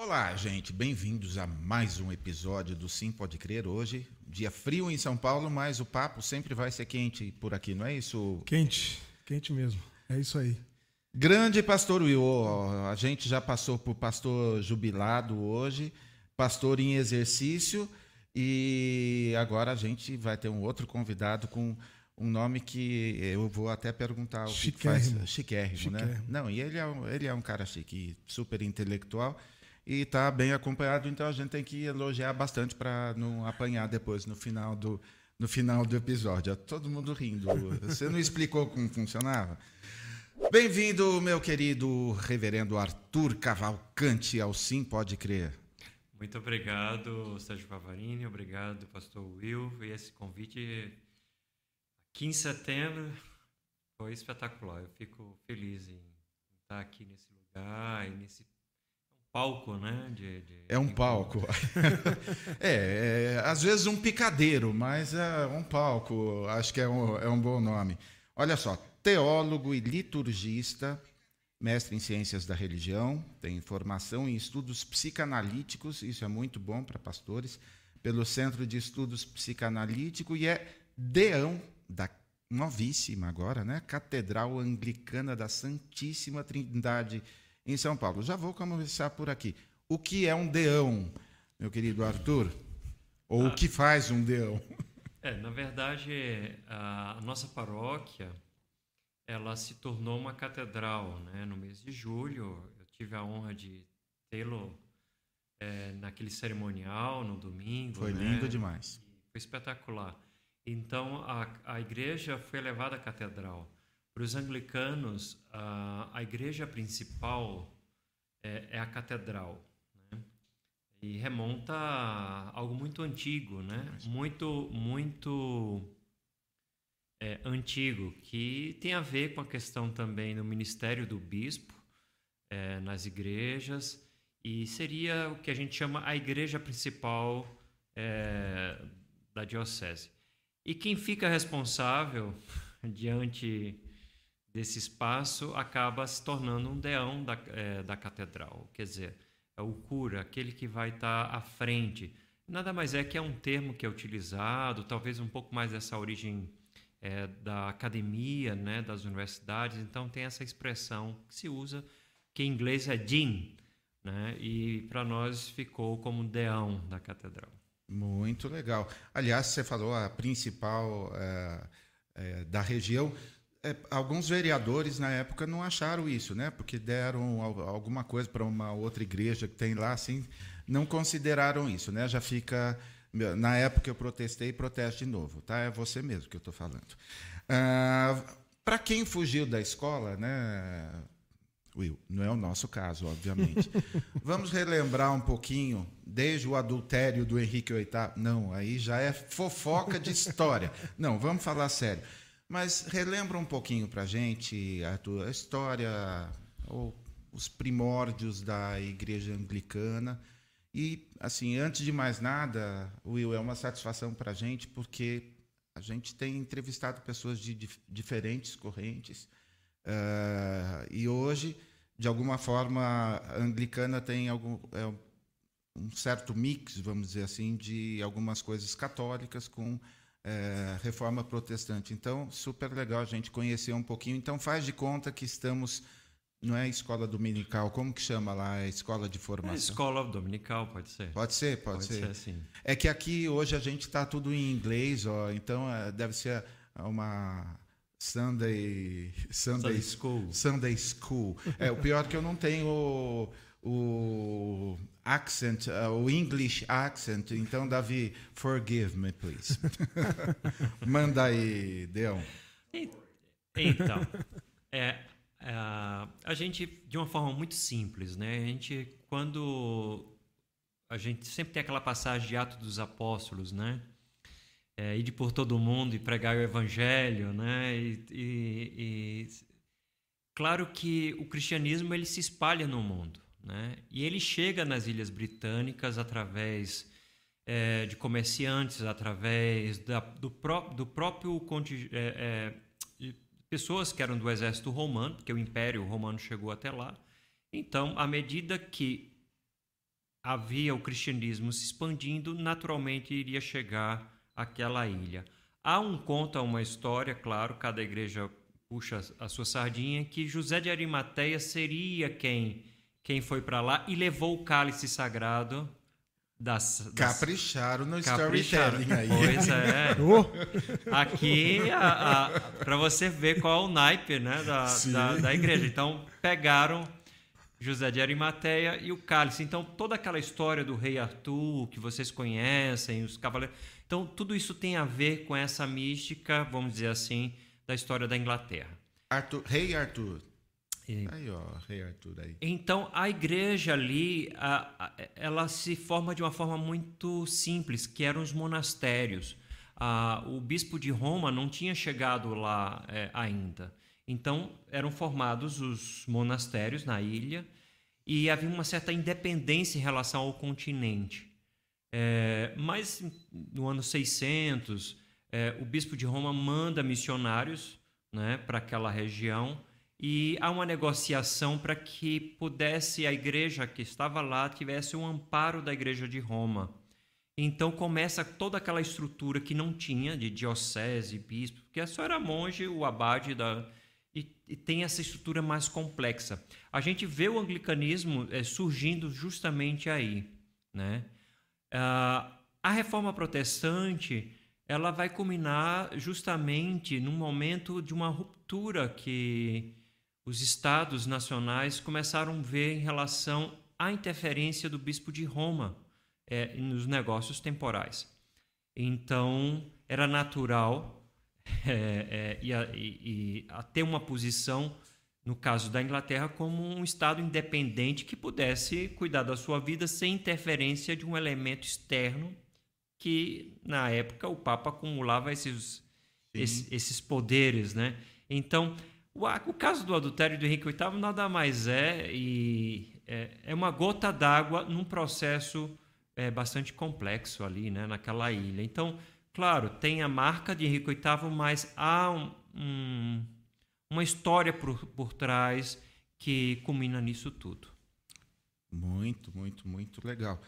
Olá, gente, bem-vindos a mais um episódio do Sim Pode Crer. Hoje, dia frio em São Paulo, mas o papo sempre vai ser quente por aqui, não é isso? Quente, quente mesmo, é isso aí. Grande pastor Will, a gente já passou por pastor jubilado hoje, pastor em exercício, e agora a gente vai ter um outro convidado com um nome que eu vou até perguntar o que faz. Chiquérrimo, né? Não, e ele é um cara chique, super intelectual e está bem acompanhado, então a gente tem que elogiar bastante para não apanhar depois no final do episódio. Todo mundo rindo. Você não explicou como funcionava? Bem-vindo, meu querido reverendo Arthur Cavalcante, ao Sim Pode Crer. Muito obrigado, Sérgio Pavarini, obrigado, pastor Will, e esse convite aqui em setembro foi espetacular. Eu fico feliz em estar aqui nesse lugar e nesse palco, né? É um palco. Às vezes um picadeiro, mas é um palco, acho que é um bom nome. Olha só, teólogo e liturgista, mestre em ciências da religião, tem formação em estudos psicanalíticos, isso é muito bom para pastores, pelo Centro de Estudos Psicanalíticos, e é deão da novíssima agora, né? Catedral Anglicana da Santíssima Trindade em São Paulo. Já vou começar por aqui. O que é um deão, meu querido Arthur? Ou o que faz um deão? Na verdade, a nossa paróquia, ela se tornou uma catedral, né? No mês de julho, eu tive a honra de tê-lo naquele cerimonial, no domingo. Foi lindo demais. Foi espetacular. Então, a igreja foi elevada à catedral. Para os anglicanos, a igreja principal é a catedral, né? E remonta a algo muito antigo, né? Muito antigo, que tem a ver com a questão também do ministério do bispo nas igrejas, e seria o que a gente chama a igreja principal da diocese. E quem fica responsável diante desse espaço acaba se tornando um deão da catedral. Quer dizer, é o cura, aquele que vai estar à frente. Nada mais é que é um termo que é utilizado, talvez um pouco mais dessa origem da academia, né, das universidades. Então tem essa expressão que se usa, que em inglês é dean, né, e para nós ficou como deão da catedral. Muito legal. Aliás, você falou a principal da região. Alguns vereadores na época não acharam isso, né? Porque deram alguma coisa para uma outra igreja que tem lá, assim, não consideraram isso, né? Já fica. Na época eu protestei e protesto de novo, tá? É você mesmo que eu estou falando. Para quem fugiu da escola, né, Will? Não é o nosso caso, obviamente. Vamos relembrar um pouquinho, desde o adultério do Henrique VIII. Não, aí já é fofoca de história. Não, vamos falar sério. Mas relembra um pouquinho para a gente a história, ou os primórdios da Igreja Anglicana. E, assim, antes de mais nada, Will, é uma satisfação para a gente, porque a gente tem entrevistado pessoas de diferentes correntes. E hoje, de alguma forma, a Anglicana tem um certo mix, vamos dizer assim, de algumas coisas católicas com reforma protestante. Então, super legal a gente conhecer um pouquinho. Então, faz de conta que estamos, não é escola dominical, como que chama lá? É escola de formação? Escola dominical, pode ser. Pode ser, pode ser. Sim. É que aqui hoje a gente está tudo em inglês, então deve ser uma Sunday School. Sunday School. O pior é que eu não tenho o accent, o English accent. Então, Davi, forgive me, please. Manda aí, Deão. Então, a gente, de uma forma muito simples, né? Quando a gente sempre tem aquela passagem de Atos dos Apóstolos, né? Ir por todo mundo e pregar o evangelho, né? Claro que o cristianismo ele se espalha no mundo, né? E ele chega nas Ilhas Britânicas através de comerciantes, através do próprio pessoas que eram do exército romano, porque o Império Romano chegou até lá. Então, à medida que havia o cristianismo se expandindo, naturalmente iria chegar àquela ilha. Há um conto, uma história, claro, cada igreja puxa a sua sardinha, que José de Arimateia seria quem foi para lá e levou o cálice sagrado Capricharam no storytelling aí. Pois é. Aqui, para você ver qual é o naipe, né, da igreja. Então, pegaram José de Arimateia e o cálice. Então, toda aquela história do rei Arthur, que vocês conhecem, os cavaleiros... Então, tudo isso tem a ver com essa mística, vamos dizer assim, da história da Inglaterra. Rei Arthur. Aí, ó, rei Arthur aí. Então, a igreja ali, ela se forma de uma forma muito simples, que eram os monastérios. O bispo de Roma não tinha chegado lá ainda. Então, eram formados os monastérios na ilha e havia uma certa independência em relação ao continente. Mas, no ano 600, o bispo de Roma manda missionários, né, para aquela região, e há uma negociação para que pudesse a igreja que estava lá tivesse o amparo da igreja de Roma. Então começa toda aquela estrutura que não tinha de diocese, bispo, porque só era monge, o abade, e tem essa estrutura mais complexa. A gente vê o anglicanismo surgindo justamente aí, né? A reforma protestante, ela vai culminar justamente num momento de uma ruptura que os estados nacionais começaram a ver em relação à interferência do bispo de Roma nos negócios temporais. Então, era natural ter uma posição, no caso da Inglaterra, como um estado independente que pudesse cuidar da sua vida sem interferência de um elemento externo que, na época, o Papa acumulava esses poderes, né? Então, o caso do adultério do Henrique VIII nada mais é uma gota d'água num processo bastante complexo ali, né, naquela ilha. Então, claro, tem a marca de Henrique VIII, mas há uma história por trás que culmina nisso tudo. Muito, muito, muito legal.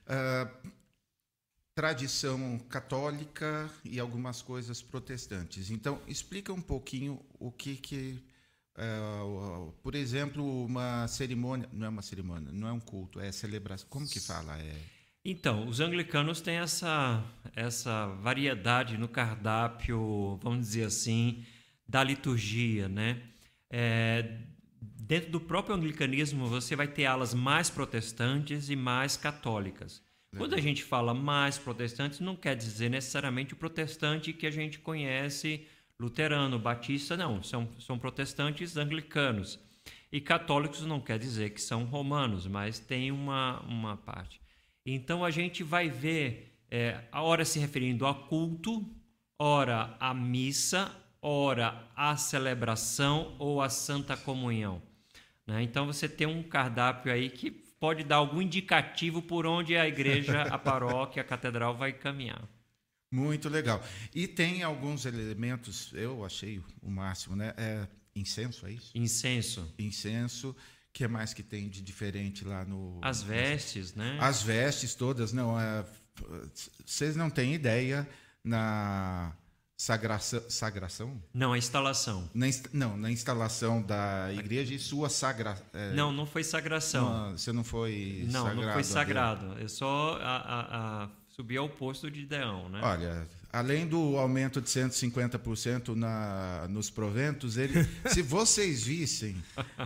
Tradição católica e algumas coisas protestantes. Então, explica um pouquinho o que por exemplo, uma cerimônia, não é uma cerimônia, não é um culto, é celebração. Como que fala? Então, os anglicanos têm essa variedade no cardápio, vamos dizer assim, da liturgia, né? Dentro do próprio anglicanismo, você vai ter alas mais protestantes e mais católicas. Quando a gente fala mais protestantes, não quer dizer necessariamente o protestante que a gente conhece, luterano, batista, não. São protestantes anglicanos. E católicos não quer dizer que são romanos, mas tem uma parte. Então, a gente vai ver, a hora se referindo a culto, ora a missa, ora a celebração ou a Santa Comunhão, né? Então, você tem um cardápio aí que pode dar algum indicativo por onde a igreja, a paróquia, a catedral vai caminhar. Muito legal. E tem alguns elementos, eu achei o máximo, né? Incenso, é isso? Incenso. Incenso. O que mais que tem de diferente lá no... As vestes, né? As vestes todas, não. Vocês não têm ideia na sagração? Não, a instalação. Na instalação da igreja e sua sagração. Não foi sagração. Você não foi sagrado? Não foi sagrado. Eu só subi ao posto de Deão, né? Olha, além do aumento de 150% nos proventos, se vocês vissem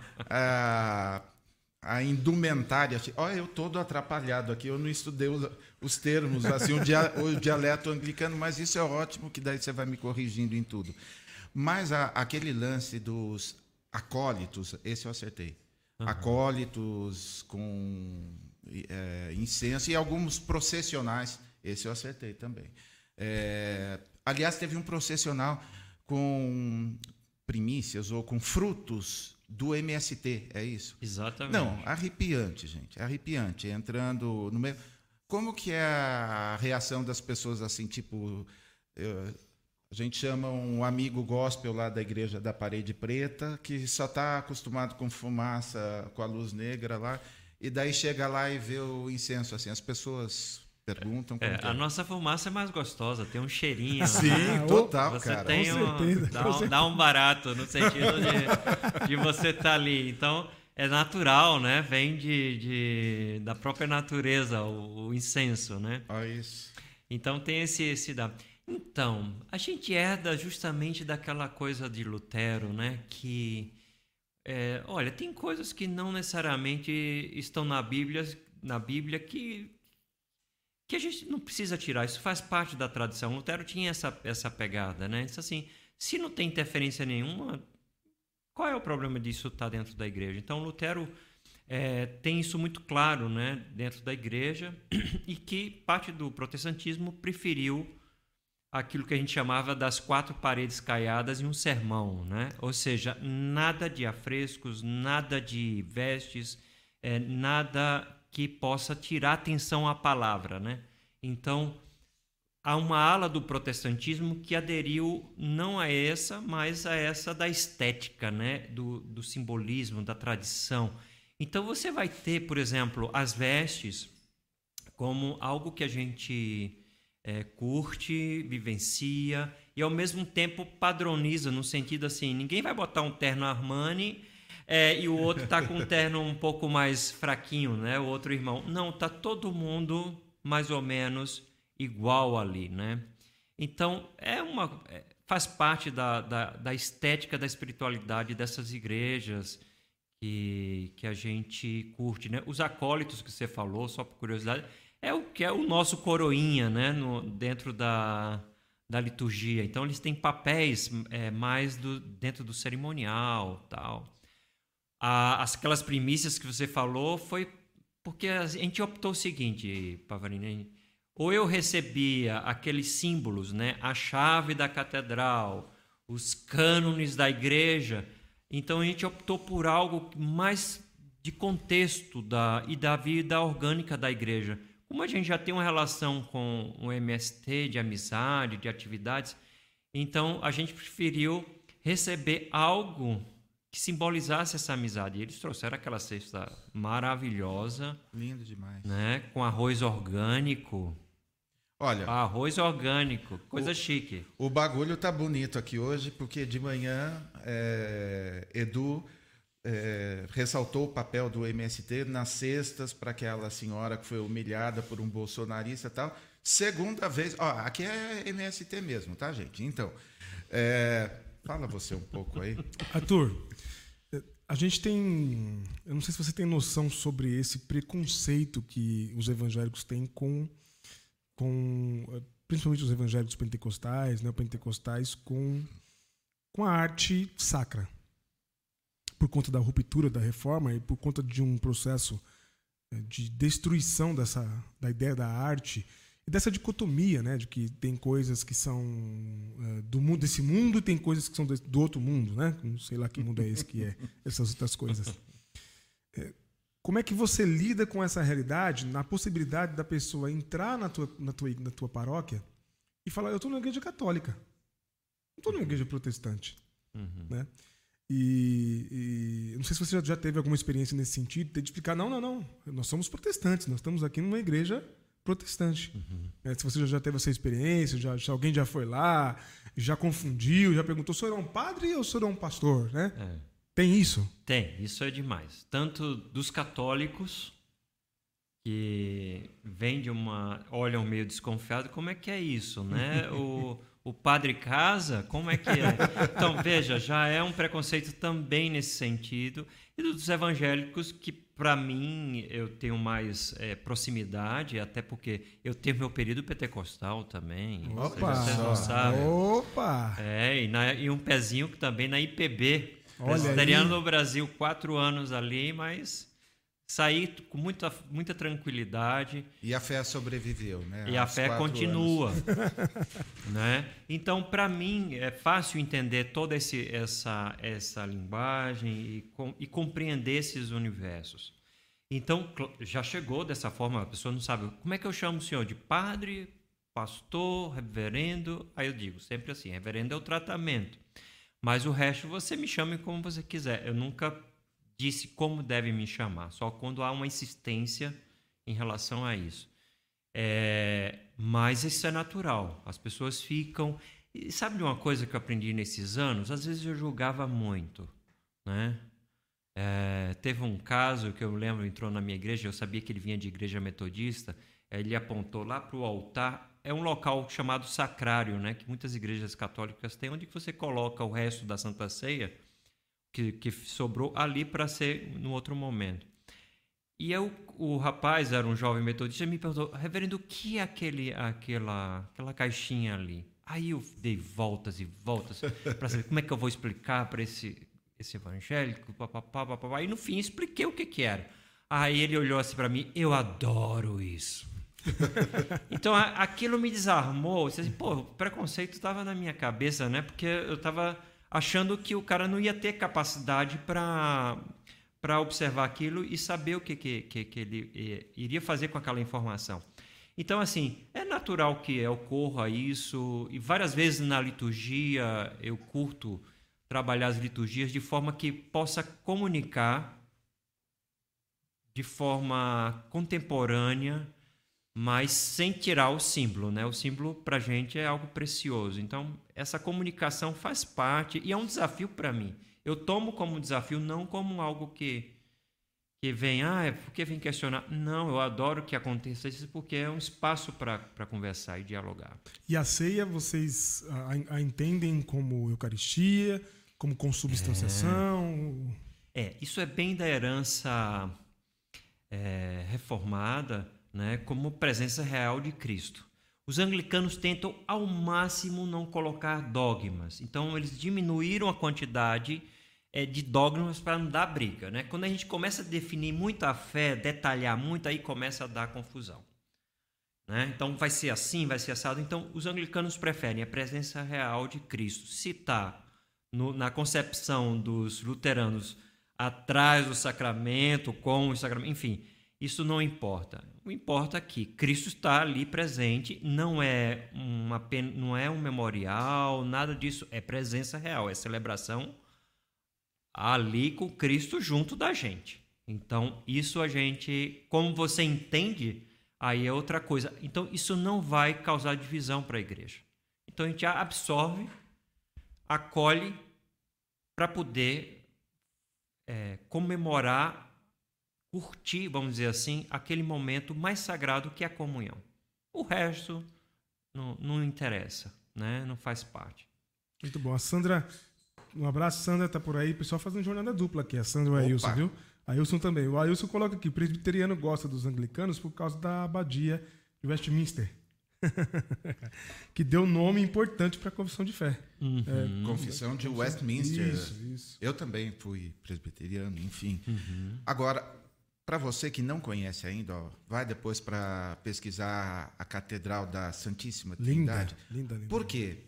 a indumentária... Olha, eu todo atrapalhado aqui, eu não estudei os termos, assim, o dialeto anglicano, mas isso é ótimo, que daí você vai me corrigindo em tudo. Mas aquele lance dos acólitos, esse eu acertei. Uhum. Acólitos com incenso e alguns processionais, esse eu acertei também. Aliás, teve um processional com primícias ou com frutos do MST, é isso? Exatamente. Não, arrepiante, gente, arrepiante. Entrando no meio... Como que é a reação das pessoas assim, tipo... A gente chama um amigo gospel lá da igreja da Parede Preta, que só está acostumado com fumaça, com a luz negra lá, e daí chega lá e vê o incenso, assim, as pessoas perguntam como que é. A nossa fumaça é mais gostosa, tem um cheirinho. Sim, total, você cara. Tem dá um barato no sentido de você estar ali. Então, é natural, né? Vem da própria natureza, o incenso, né? Olha isso. Então, tem esse dá. Então, a gente herda justamente daquela coisa de Lutero, né? Que, olha, tem coisas que não necessariamente estão na Bíblia que a gente não precisa tirar, isso faz parte da tradição. Lutero tinha essa pegada, né? Isso assim, se não tem interferência nenhuma, qual é o problema disso estar dentro da igreja? Então, Lutero tem isso muito claro, né, dentro da igreja, e que parte do protestantismo preferiu aquilo que a gente chamava das 4 paredes caiadas e um sermão, né? Ou seja, nada de afrescos, nada de vestes, nada que possa tirar atenção à palavra, né? Então, há uma ala do protestantismo que aderiu não a essa, mas a essa da estética, né? Do simbolismo, da tradição. Então, você vai ter, por exemplo, as vestes como algo que a gente curte, vivencia e, ao mesmo tempo, padroniza, no sentido assim, ninguém vai botar um terno Armani e o outro está com um terno um pouco mais fraquinho, né? O outro irmão. Não, está todo mundo mais ou menos igual ali, né? Então, faz parte da estética da espiritualidade dessas igrejas que a gente curte, né? Os acólitos que você falou, só por curiosidade, é o que é o nosso coroinha, né? Dentro da liturgia. Então, eles têm papéis mais dentro do cerimonial, tal. Aquelas primícias que você falou foi porque a gente optou o seguinte, Pavarini, ou eu recebia aqueles símbolos, né? A chave da catedral, os cânones da igreja, então a gente optou por algo mais de contexto e da vida orgânica da igreja. Como a gente já tem uma relação com o MST, de amizade, de atividades, então a gente preferiu receber algo que simbolizasse essa amizade. E eles trouxeram aquela cesta maravilhosa. Lindo demais. Né? Com arroz orgânico. Olha, arroz orgânico, coisa chique. O bagulho tá bonito aqui hoje, porque de manhã Edu ressaltou o papel do MST nas cestas para aquela senhora que foi humilhada por um bolsonarista e tal. Segunda vez, aqui é MST mesmo, tá, gente? Então, fala você um pouco aí. Arthur, a gente tem... Eu não sei se você tem noção sobre esse preconceito que os evangélicos têm com principalmente os evangélicos pentecostais, neopentecostais, com a arte sacra. Por conta da ruptura da reforma e por conta de um processo de destruição da ideia da arte e dessa dicotomia, né, de que tem coisas que são desse mundo e tem coisas que são do outro mundo, né? Não sei lá que mundo é esse que é essas outras coisas. Como é que você lida com essa realidade, na possibilidade da pessoa entrar na tua paróquia e falar, eu estou na igreja católica, não estou na igreja protestante, né? E não sei se você já teve alguma experiência nesse sentido, de explicar, não, nós somos protestantes, nós estamos aqui numa igreja protestante. Se você já teve essa experiência, se alguém já foi lá, já confundiu, já perguntou, o senhor é um padre ou o senhor é um pastor, né? Tem isso? Tem, isso é demais. Tanto dos católicos, que olham meio desconfiado, como é que é isso, né? O padre casa, como é que é? Então, veja, já é um preconceito também nesse sentido. E dos evangélicos, que para mim eu tenho mais proximidade, até porque eu tenho meu período pentecostal também. Opa! Vocês não sabem. Opa! E um pezinho também na IPB. Presbiteriano no Brasil, 4 anos ali, mas saí com muita tranquilidade. E a fé sobreviveu, né? E a fé continua. Né? Então, para mim, é fácil entender toda essa linguagem e compreender esses universos. Então, já chegou dessa forma, a pessoa não sabe, como é que eu chamo o senhor? De padre, pastor, reverendo? Aí eu digo sempre assim, reverendo é o tratamento. Mas o resto você me chame como você quiser. Eu nunca disse como deve me chamar, só quando há uma insistência em relação a isso. Mas isso é natural, as pessoas ficam... E sabe de uma coisa que eu aprendi nesses anos? Às vezes eu julgava muito, né? Teve um caso que eu lembro, entrou na minha igreja, eu sabia que ele vinha de igreja metodista, ele apontou lá para o altar, é um local chamado sacrário, né? Que muitas igrejas católicas têm, onde você coloca o resto da Santa Ceia, que sobrou ali para ser no outro momento. E o rapaz, era um jovem metodista, me perguntou, reverendo, o que é aquela caixinha ali? Aí eu dei voltas e voltas para saber como é que eu vou explicar para esse evangélico, papapá. E no fim expliquei o que era. Aí ele olhou assim para mim, eu adoro isso. Então aquilo me desarmou. Assim, o preconceito estava na minha cabeça, né? Porque eu estava achando que o cara não ia ter capacidade para observar aquilo e saber o que ele iria fazer com aquela informação. Então, assim, é natural que ocorra isso, e várias vezes na liturgia eu curto trabalhar as liturgias de forma que possa comunicar de forma contemporânea, mas sem tirar o símbolo, né? O símbolo, para a gente, é algo precioso. Então, essa comunicação faz parte e é um desafio para mim. Eu tomo como desafio, não como algo que vem, porque vem questionar. Não, eu adoro que aconteça isso porque é um espaço para conversar e dialogar. E a ceia, vocês a entendem como Eucaristia, como consubstanciação? Isso é bem da herança reformada, né, como presença real de Cristo. Os anglicanos tentam ao máximo não colocar dogmas. Então, eles diminuíram a quantidade de dogmas para não dar briga, né? Quando a gente começa a definir muito a fé, detalhar muito, aí começa a dar confusão, né? Então, vai ser assim, vai ser assado. Então, os anglicanos preferem a presença real de Cristo. Se está na concepção dos luteranos atrás do sacramento, com o sacramento, enfim, isso não importa. O importa é que Cristo está ali presente, não é um memorial, nada disso, é presença real, é celebração ali com Cristo junto da gente. Então, isso a gente, como você entende, aí é outra coisa. Então, isso não vai causar divisão para a igreja. Então, a gente absorve, acolhe para poder comemorar, curtir, vamos dizer assim, aquele momento mais sagrado que é a comunhão. O resto não interessa, né? Não faz parte. Muito bom. A Sandra... Um abraço, Sandra, tá por aí. O pessoal fazendo jornada dupla aqui, a Sandra e o Ailson, viu? Ailson também. O Ailson coloca aqui, o presbiteriano gosta dos anglicanos por causa da abadia de Westminster. Que deu nome importante para a confissão de fé. Confissão de Westminster. Isso. Eu também fui presbiteriano, enfim. Agora, para você que não conhece ainda, vai depois para pesquisar a Catedral da Santíssima Trindade. Linda. Por quê?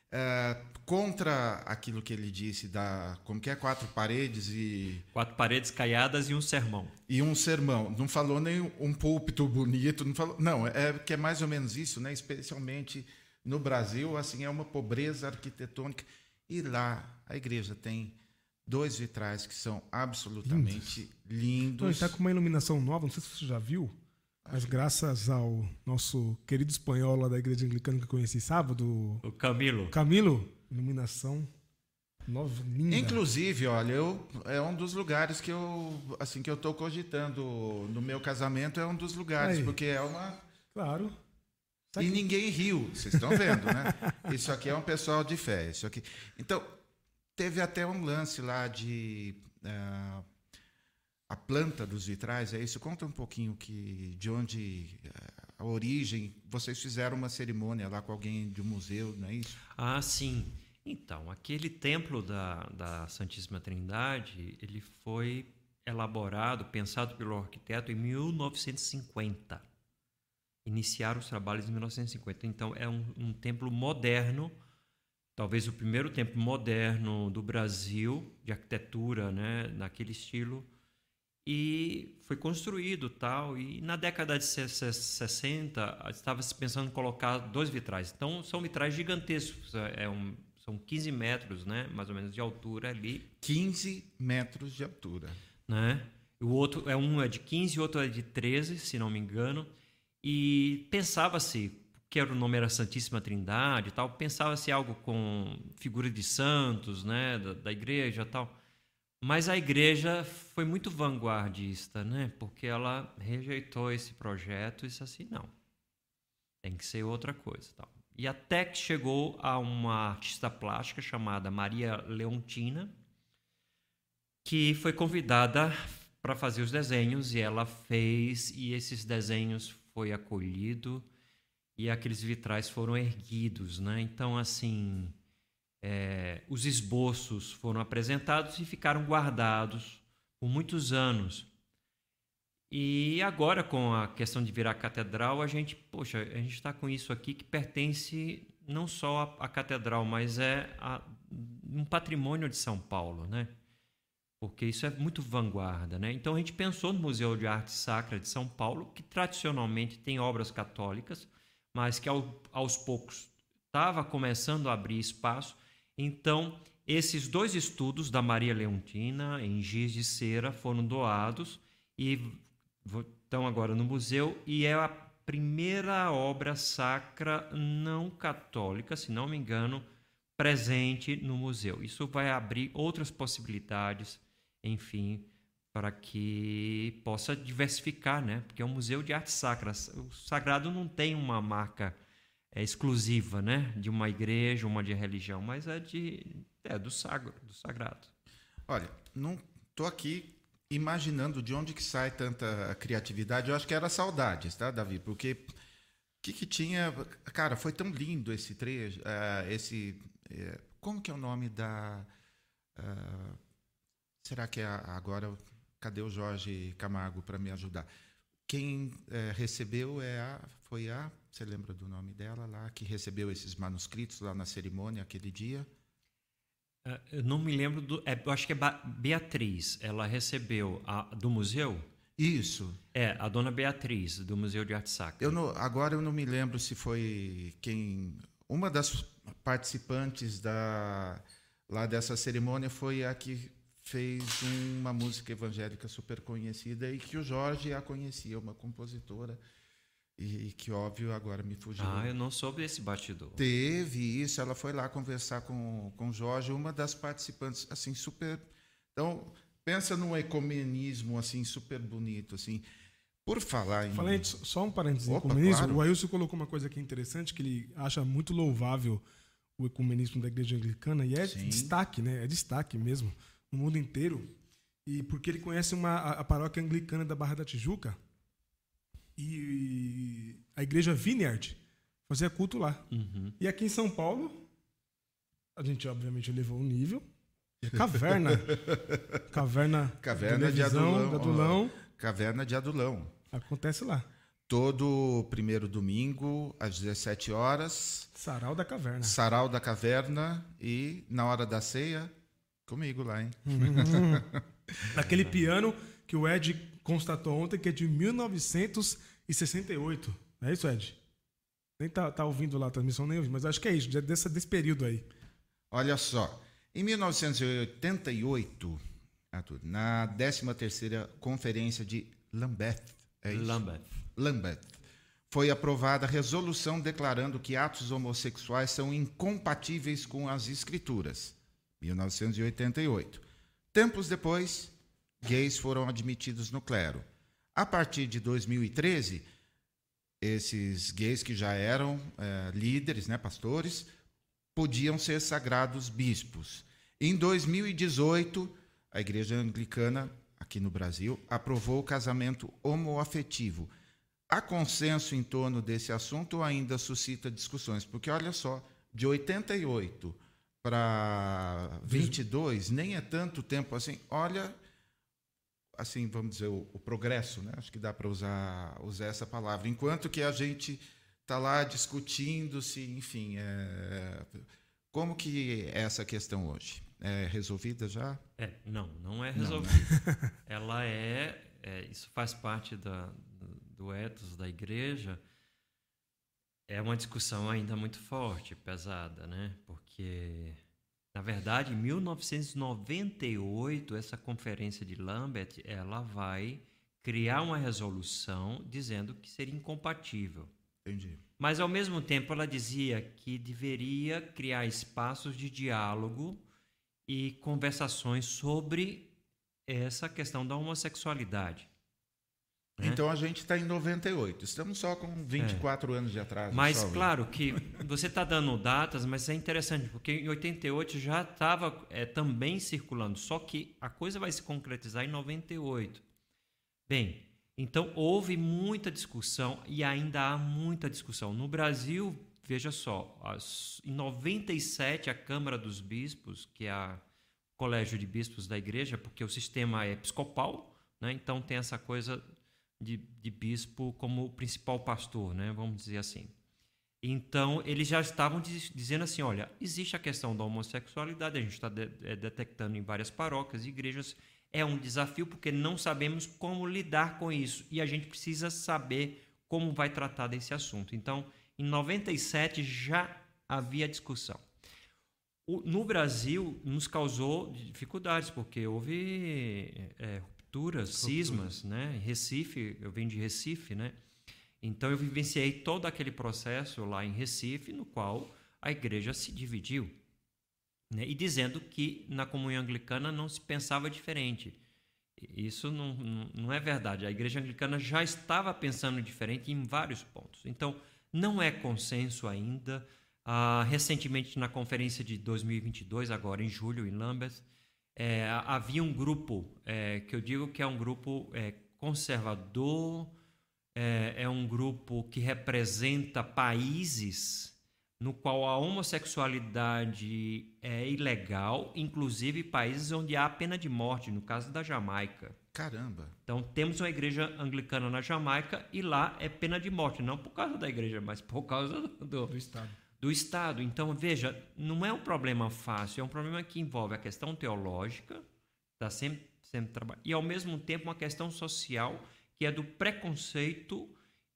Contra aquilo que ele disse como que é 4 paredes e 4 paredes caiadas e um sermão. E um sermão. Não falou nem um púlpito bonito, não, que é mais ou menos isso, né? Especialmente no Brasil, assim, é uma pobreza arquitetônica. E lá a igreja tem 2 vitrais que são absolutamente lindos. Está com uma iluminação nova, não sei se você já viu. Mas graças ao nosso querido espanhol lá da igreja anglicana que eu conheci sábado... O Camilo. Iluminação nova, linda. Inclusive, olha, é um dos lugares que eu estou cogitando no meu casamento, é um dos lugares, porque é uma... Claro. E ninguém riu, vocês estão vendo, né? Isso aqui é um pessoal de fé. Isso aqui. Então, teve até um lance lá de... a planta dos vitrais, é isso? Conta um pouquinho de onde a origem. Vocês fizeram uma cerimônia lá com alguém de um museu, não é isso? Ah, sim. Então, aquele templo da Santíssima Trindade, ele foi elaborado, pensado pelo arquiteto em 1950. Iniciaram os trabalhos em 1950. Então, é um templo moderno, talvez o primeiro templo moderno do Brasil, de arquitetura, né, naquele estilo. E foi construído tal, e na década de 60 estava se pensando em colocar 2 vitrais. Então são vitrais gigantescos, são 15 metros, né, mais ou menos de altura ali. 15 metros de altura. né? O outro um é de 15 e o outro é de 13, se não me engano. E pensava-se, que o nome era Santíssima Trindade e tal, pensava-se algo com figura de santos, né, da igreja e tal. Mas a igreja foi muito vanguardista, né? Porque ela rejeitou esse projeto e disse assim, não, tem que ser outra coisa, tal. E até que chegou a uma artista plástica chamada Maria Leontina, que foi convidada para fazer os desenhos, e ela fez, e esses desenhos foi acolhido, e aqueles vitrais foram erguidos, né? Então, assim, os esboços foram apresentados e ficaram guardados por muitos anos. E agora, com a questão de virar catedral, a gente está com isso aqui que pertence não só à catedral, mas um patrimônio de São Paulo, né? Porque isso é muito vanguarda, né? Então a gente pensou no Museu de Arte Sacra de São Paulo, que tradicionalmente tem obras católicas, mas que aos poucos estava começando a abrir espaço. Então, esses 2 estudos da Maria Leontina, em giz de cera, foram doados e estão agora no museu, e é a primeira obra sacra não católica, se não me engano, presente no museu. Isso vai abrir outras possibilidades, enfim, para que possa diversificar, né? Porque é um museu de arte sacra. O sagrado não tem uma marca exclusiva, né? De uma igreja, uma de religião, mas do sagrado. Olha, não estou aqui imaginando de onde que sai tanta criatividade. Eu acho que era saudades, tá, Davi? Porque o que tinha... Cara, foi tão lindo esse trecho, como que é o nome da... será que agora... Cadê o Jorge Camargo para me ajudar? Quem recebeu foi a... Você lembra do nome dela lá? Que recebeu esses manuscritos lá na cerimônia, aquele dia? Eu não me lembro eu acho que é Beatriz. Ela recebeu do museu? Isso. A dona Beatriz, do Museu de Arte Sacra. Agora eu não me lembro se foi quem... Uma das participantes lá dessa cerimônia foi a que fez uma música evangélica super conhecida e que o Jorge a conhecia, uma compositora, e que, óbvio, agora me fugiu. Eu não soube desse bastidor. Teve isso, ela foi lá conversar com o Jorge, uma das participantes, assim, super... Então, pensa num ecumenismo, assim, super bonito, assim. Por falar em... Só um parênteses em Opa, ecumenismo. claro. O Ailson colocou uma coisa aqui interessante, que ele acha muito louvável o ecumenismo da Igreja Anglicana, e Sim. destaque, né? É destaque mesmo, no mundo inteiro. E porque ele conhece a paróquia anglicana da Barra da Tijuca, e a Igreja Vineyard fazia culto lá. Uhum. E aqui em São Paulo, a gente obviamente elevou o nível. Caverna de Adulão. Caverna de Adulão. Acontece lá. Todo primeiro domingo, às 17 horas. Sarau da Caverna. Sarau da Caverna, e na hora da ceia, comigo lá, hein? Daquele piano que o Ed constatou ontem, que é de 1968. Não é isso, Ed? Nem tá ouvindo lá a transmissão, nem ouvindo, mas acho que é isso, desse período aí. Olha só, em 1988, Arthur, na 13ª Conferência de Lambeth, Lambeth, foi aprovada a resolução declarando que atos homossexuais são incompatíveis com as Escrituras. 1988. Tempos depois, gays foram admitidos no clero. A partir de 2013, esses gays que já eram líderes, né, pastores, podiam ser sagrados bispos. Em 2018, a Igreja Anglicana, aqui no Brasil, aprovou o casamento homoafetivo. Há consenso em torno desse assunto ou ainda suscita discussões? Porque, olha só, de 88 para 22, nem é tanto tempo assim. Olha, assim, vamos dizer, o progresso, né? Acho que dá para usar essa palavra. Enquanto que a gente está lá discutindo se, enfim, como que é essa questão hoje? É resolvida já? Não é resolvida. Não, né? Ela isso faz parte do ethos da igreja. É uma discussão ainda muito forte, pesada, né? Porque Na verdade, em 1998, essa conferência de Lambeth, ela vai criar uma resolução dizendo que seria incompatível. Entendi. Mas, ao mesmo tempo, ela dizia que deveria criar espaços de diálogo e conversações sobre essa questão da homossexualidade. Né? Então a gente está em 98. Estamos só com 24 anos de atraso. Mas, claro, que você está dando datas, mas é interessante, porque em 88 já estava também circulando, só que a coisa vai se concretizar em 98. Bem, então houve muita discussão e ainda há muita discussão. No Brasil, veja só, em 97 a Câmara dos Bispos, que é o Colégio de Bispos da Igreja, porque o sistema é episcopal, né? Então tem essa coisa de bispo como o principal pastor, né? Vamos dizer assim. Então, eles já estavam dizendo assim, olha, existe a questão da homossexualidade, a gente está detectando em várias paróquias e igrejas, é um desafio porque não sabemos como lidar com isso e a gente precisa saber como vai tratar desse assunto. Então, em 97 já havia discussão. No Brasil, nos causou dificuldades, porque houve rupturas, cismas, né? Em Recife, eu venho de Recife, né? Então, eu vivenciei todo aquele processo lá em Recife, no qual a igreja se dividiu, né? E dizendo que na comunhão anglicana não se pensava diferente. Isso não é verdade. A igreja anglicana já estava pensando diferente em vários pontos. Então, não é consenso ainda. Recentemente, na conferência de 2022, agora em julho, em Lambeth, havia um grupo, que eu digo que é um grupo conservador, é um grupo que representa países no qual a homossexualidade é ilegal, inclusive países onde há pena de morte, no caso da Jamaica. Caramba! Então, temos uma igreja anglicana na Jamaica e lá é pena de morte, não por causa da igreja, mas por causa do Estado. Do Estado. Então, veja, não é um problema fácil, é um problema que envolve a questão teológica, está sempre trabalhando, e ao mesmo tempo uma questão social, que é do preconceito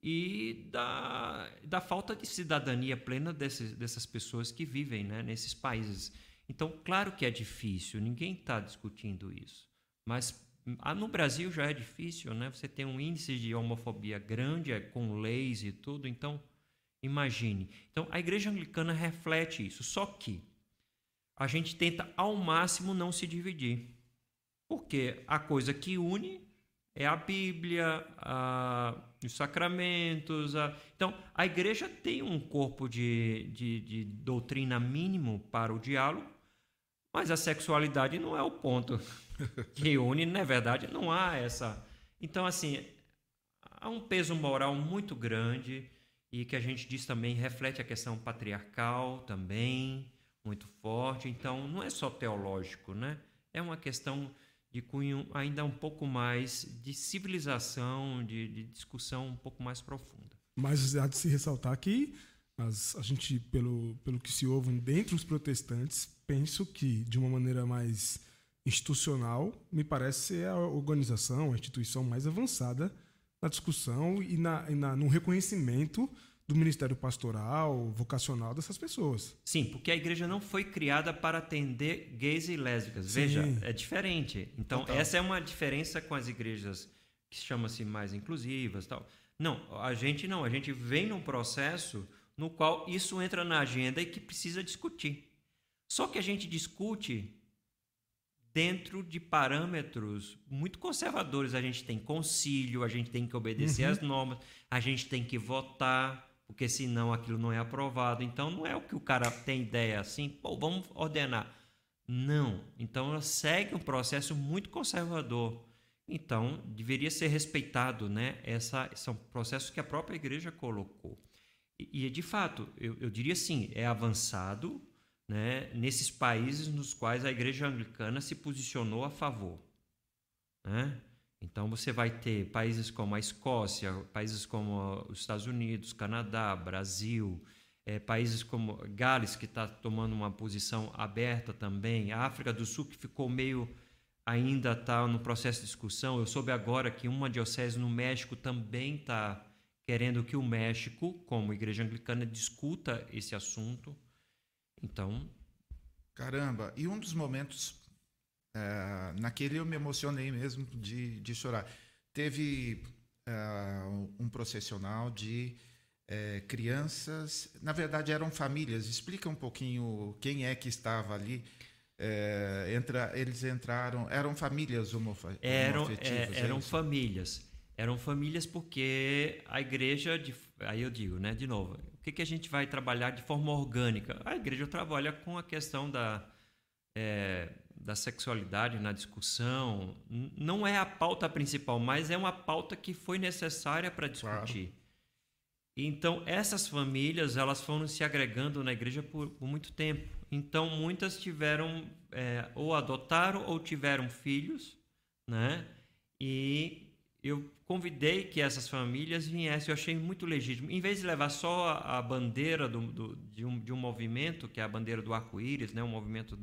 e da falta de cidadania plena dessas pessoas que vivem, né, nesses países. Então, claro que é difícil, ninguém está discutindo isso, mas no Brasil já é difícil, né? Você tem um índice de homofobia grande, com leis e tudo, então imagine. Então, a igreja anglicana reflete isso, só que a gente tenta ao máximo não se dividir, porque a coisa que une é a Bíblia, os sacramentos. Então, a igreja tem um corpo de doutrina mínimo para o diálogo, mas a sexualidade não é o ponto que une, na verdade, não há essa. Então, assim, há um peso moral muito grande e que a gente diz também reflete a questão patriarcal também, muito forte. Então, não é só teológico, né? É uma questão de cunho ainda um pouco mais de civilização, de discussão um pouco mais profunda. Mas há de se ressaltar que a gente, pelo que se ouve dentre os protestantes, penso que, de uma maneira mais institucional, me parece ser a organização, a instituição mais avançada na discussão e no reconhecimento do ministério pastoral, vocacional dessas pessoas. Sim, porque a igreja não foi criada para atender gays e lésbicas. Sim. Veja, é diferente. Então, Total. Essa é uma diferença com as igrejas que chamam-se mais inclusivas. Tal. Não, a gente vem num processo no qual isso entra na agenda e que precisa discutir. Só que a gente discute dentro de parâmetros muito conservadores. A gente tem concílio, a gente tem que obedecer às normas, a gente tem que votar, porque senão aquilo não é aprovado. Então, não é o que o cara tem ideia assim, pô, vamos ordenar. Não. Então, ela segue um processo muito conservador. Então, deveria ser respeitado, né? São processos que a própria igreja colocou. E de fato, eu diria assim, é avançado, né, nesses países nos quais a igreja anglicana se posicionou a favor, né? Então, você vai ter países como a Escócia, países como os Estados Unidos, Canadá, Brasil, países como Gales, que está tomando uma posição aberta também, a África do Sul, que ficou ainda está no processo de discussão. Eu soube agora que uma diocese no México também está querendo que o México, como igreja anglicana, discuta esse assunto. Então, Caramba, e um dos momentos, naquele eu me emocionei mesmo de chorar. Teve um processional de crianças, na verdade eram famílias. Explica um pouquinho quem é que estava ali. Eles entraram, eram famílias homoafetivas? Eram famílias porque a igreja, aí eu digo, né, de novo, o que a gente vai trabalhar de forma orgânica? A igreja trabalha com a questão da sexualidade na discussão. Não é a pauta principal, mas é uma pauta que foi necessária para discutir. Claro. Então, essas famílias, elas foram se agregando na igreja por muito tempo. Então, muitas tiveram, ou adotaram, ou tiveram filhos, né? E eu convidei que essas famílias viessem, eu achei muito legítimo. Em vez de levar só a bandeira de um movimento, que é a bandeira do arco-íris, né? Um movimento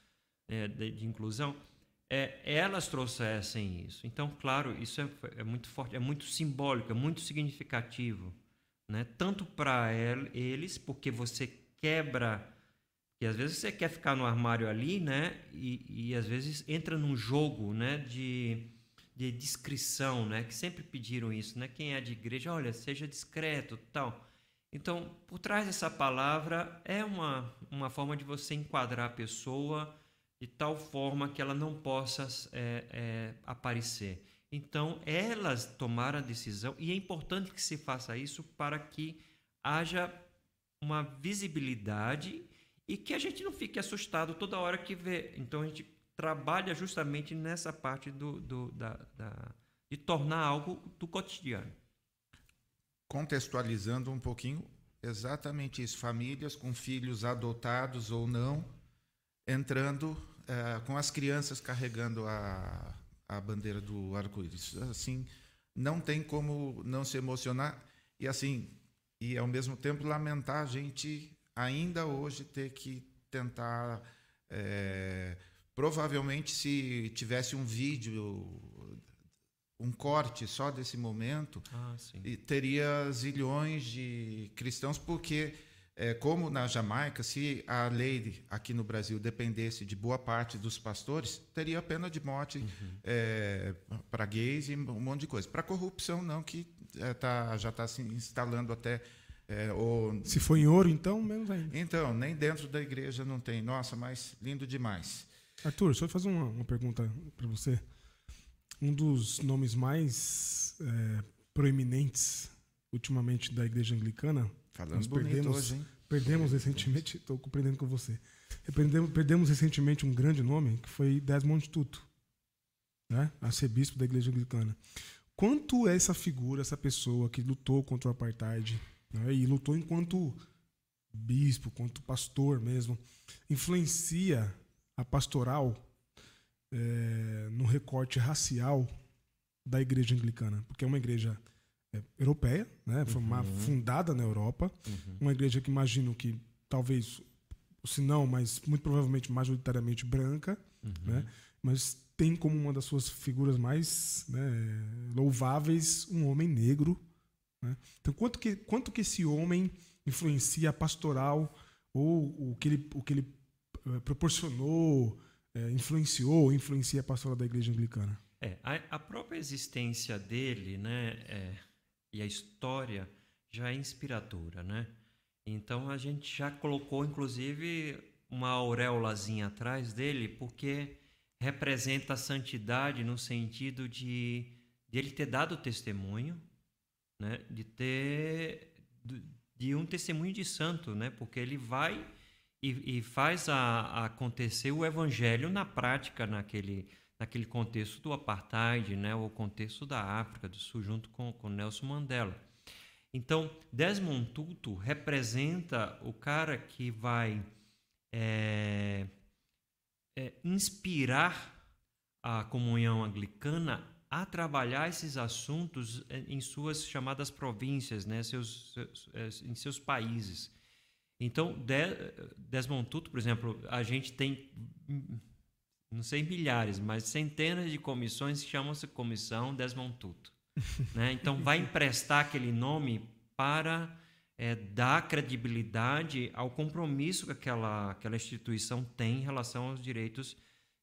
de inclusão, elas trouxessem isso. Então, claro, isso é muito forte, é muito simbólico, é muito significativo, né? Tanto para eles, porque você quebra, e às vezes você quer ficar no armário ali, né? E às vezes entra num jogo, né? de discrição, né? Que sempre pediram isso, né? Quem é de igreja, olha, seja discreto, tal. Então, por trás dessa palavra é uma forma de você enquadrar a pessoa de tal forma que ela não possa aparecer. Então, elas tomaram a decisão, e é importante que se faça isso para que haja uma visibilidade e que a gente não fique assustado toda hora que vê. Então, a gente trabalha justamente nessa parte de tornar algo do cotidiano. Contextualizando um pouquinho, exatamente isso. Famílias com filhos adotados ou não, entrando com as crianças carregando a bandeira do arco-íris. Assim, não tem como não se emocionar e ao mesmo tempo lamentar a gente ainda hoje ter que tentar. Provavelmente, se tivesse um vídeo, um corte só desse momento, teria zilhões de cristãos, porque, como na Jamaica, se a lei aqui no Brasil dependesse de boa parte dos pastores, teria pena de morte para gays e um monte de coisa. Para corrupção, não, que já está se instalando até... Se for em ouro, então, menos ainda. Então, nem dentro da igreja não tem. Nossa, mas lindo demais. Arthur, só fazer uma pergunta para você. Um dos nomes mais proeminentes ultimamente da igreja anglicana. Falando bonito hoje, hein? Perdemos recentemente, estou compreendendo com você. Perdemos recentemente um grande nome, que foi Desmond Tutu, né? Arcebispo da igreja anglicana. Quanto essa figura, essa pessoa que lutou contra o apartheid, né, e lutou enquanto bispo, enquanto pastor mesmo, influencia a pastoral no recorte racial da igreja anglicana? Porque é uma igreja europeia, né? Foi fundada na Europa, uma igreja que imagino que talvez, se não, mas muito provavelmente majoritariamente branca, né? Mas tem como uma das suas figuras mais, né, louváveis um homem negro, né? Então, quanto que esse homem influencia a pastoral, ou o que ele proporcionou, influencia a pastoral da igreja anglicana? A própria existência dele, né, e a história já é inspiradora, né? Então a gente já colocou, inclusive, uma auréolazinha atrás dele, porque representa a santidade no sentido de ele ter dado testemunho, né? De um testemunho de santo, né? Porque ele vai e faz acontecer o evangelho na prática, naquele contexto do apartheid, né? O contexto da África do Sul, junto com Nelson Mandela. Então, Desmond Tutu representa o cara que vai inspirar a comunhão anglicana a trabalhar esses assuntos em suas chamadas províncias, né? Em seus países. Então, Desmond Tutu, por exemplo, a gente tem, não sei, milhares, mas centenas de comissões que chamam-se Comissão Desmond Tutu, né? Então, vai emprestar aquele nome para dar credibilidade ao compromisso que aquela instituição tem em relação aos direitos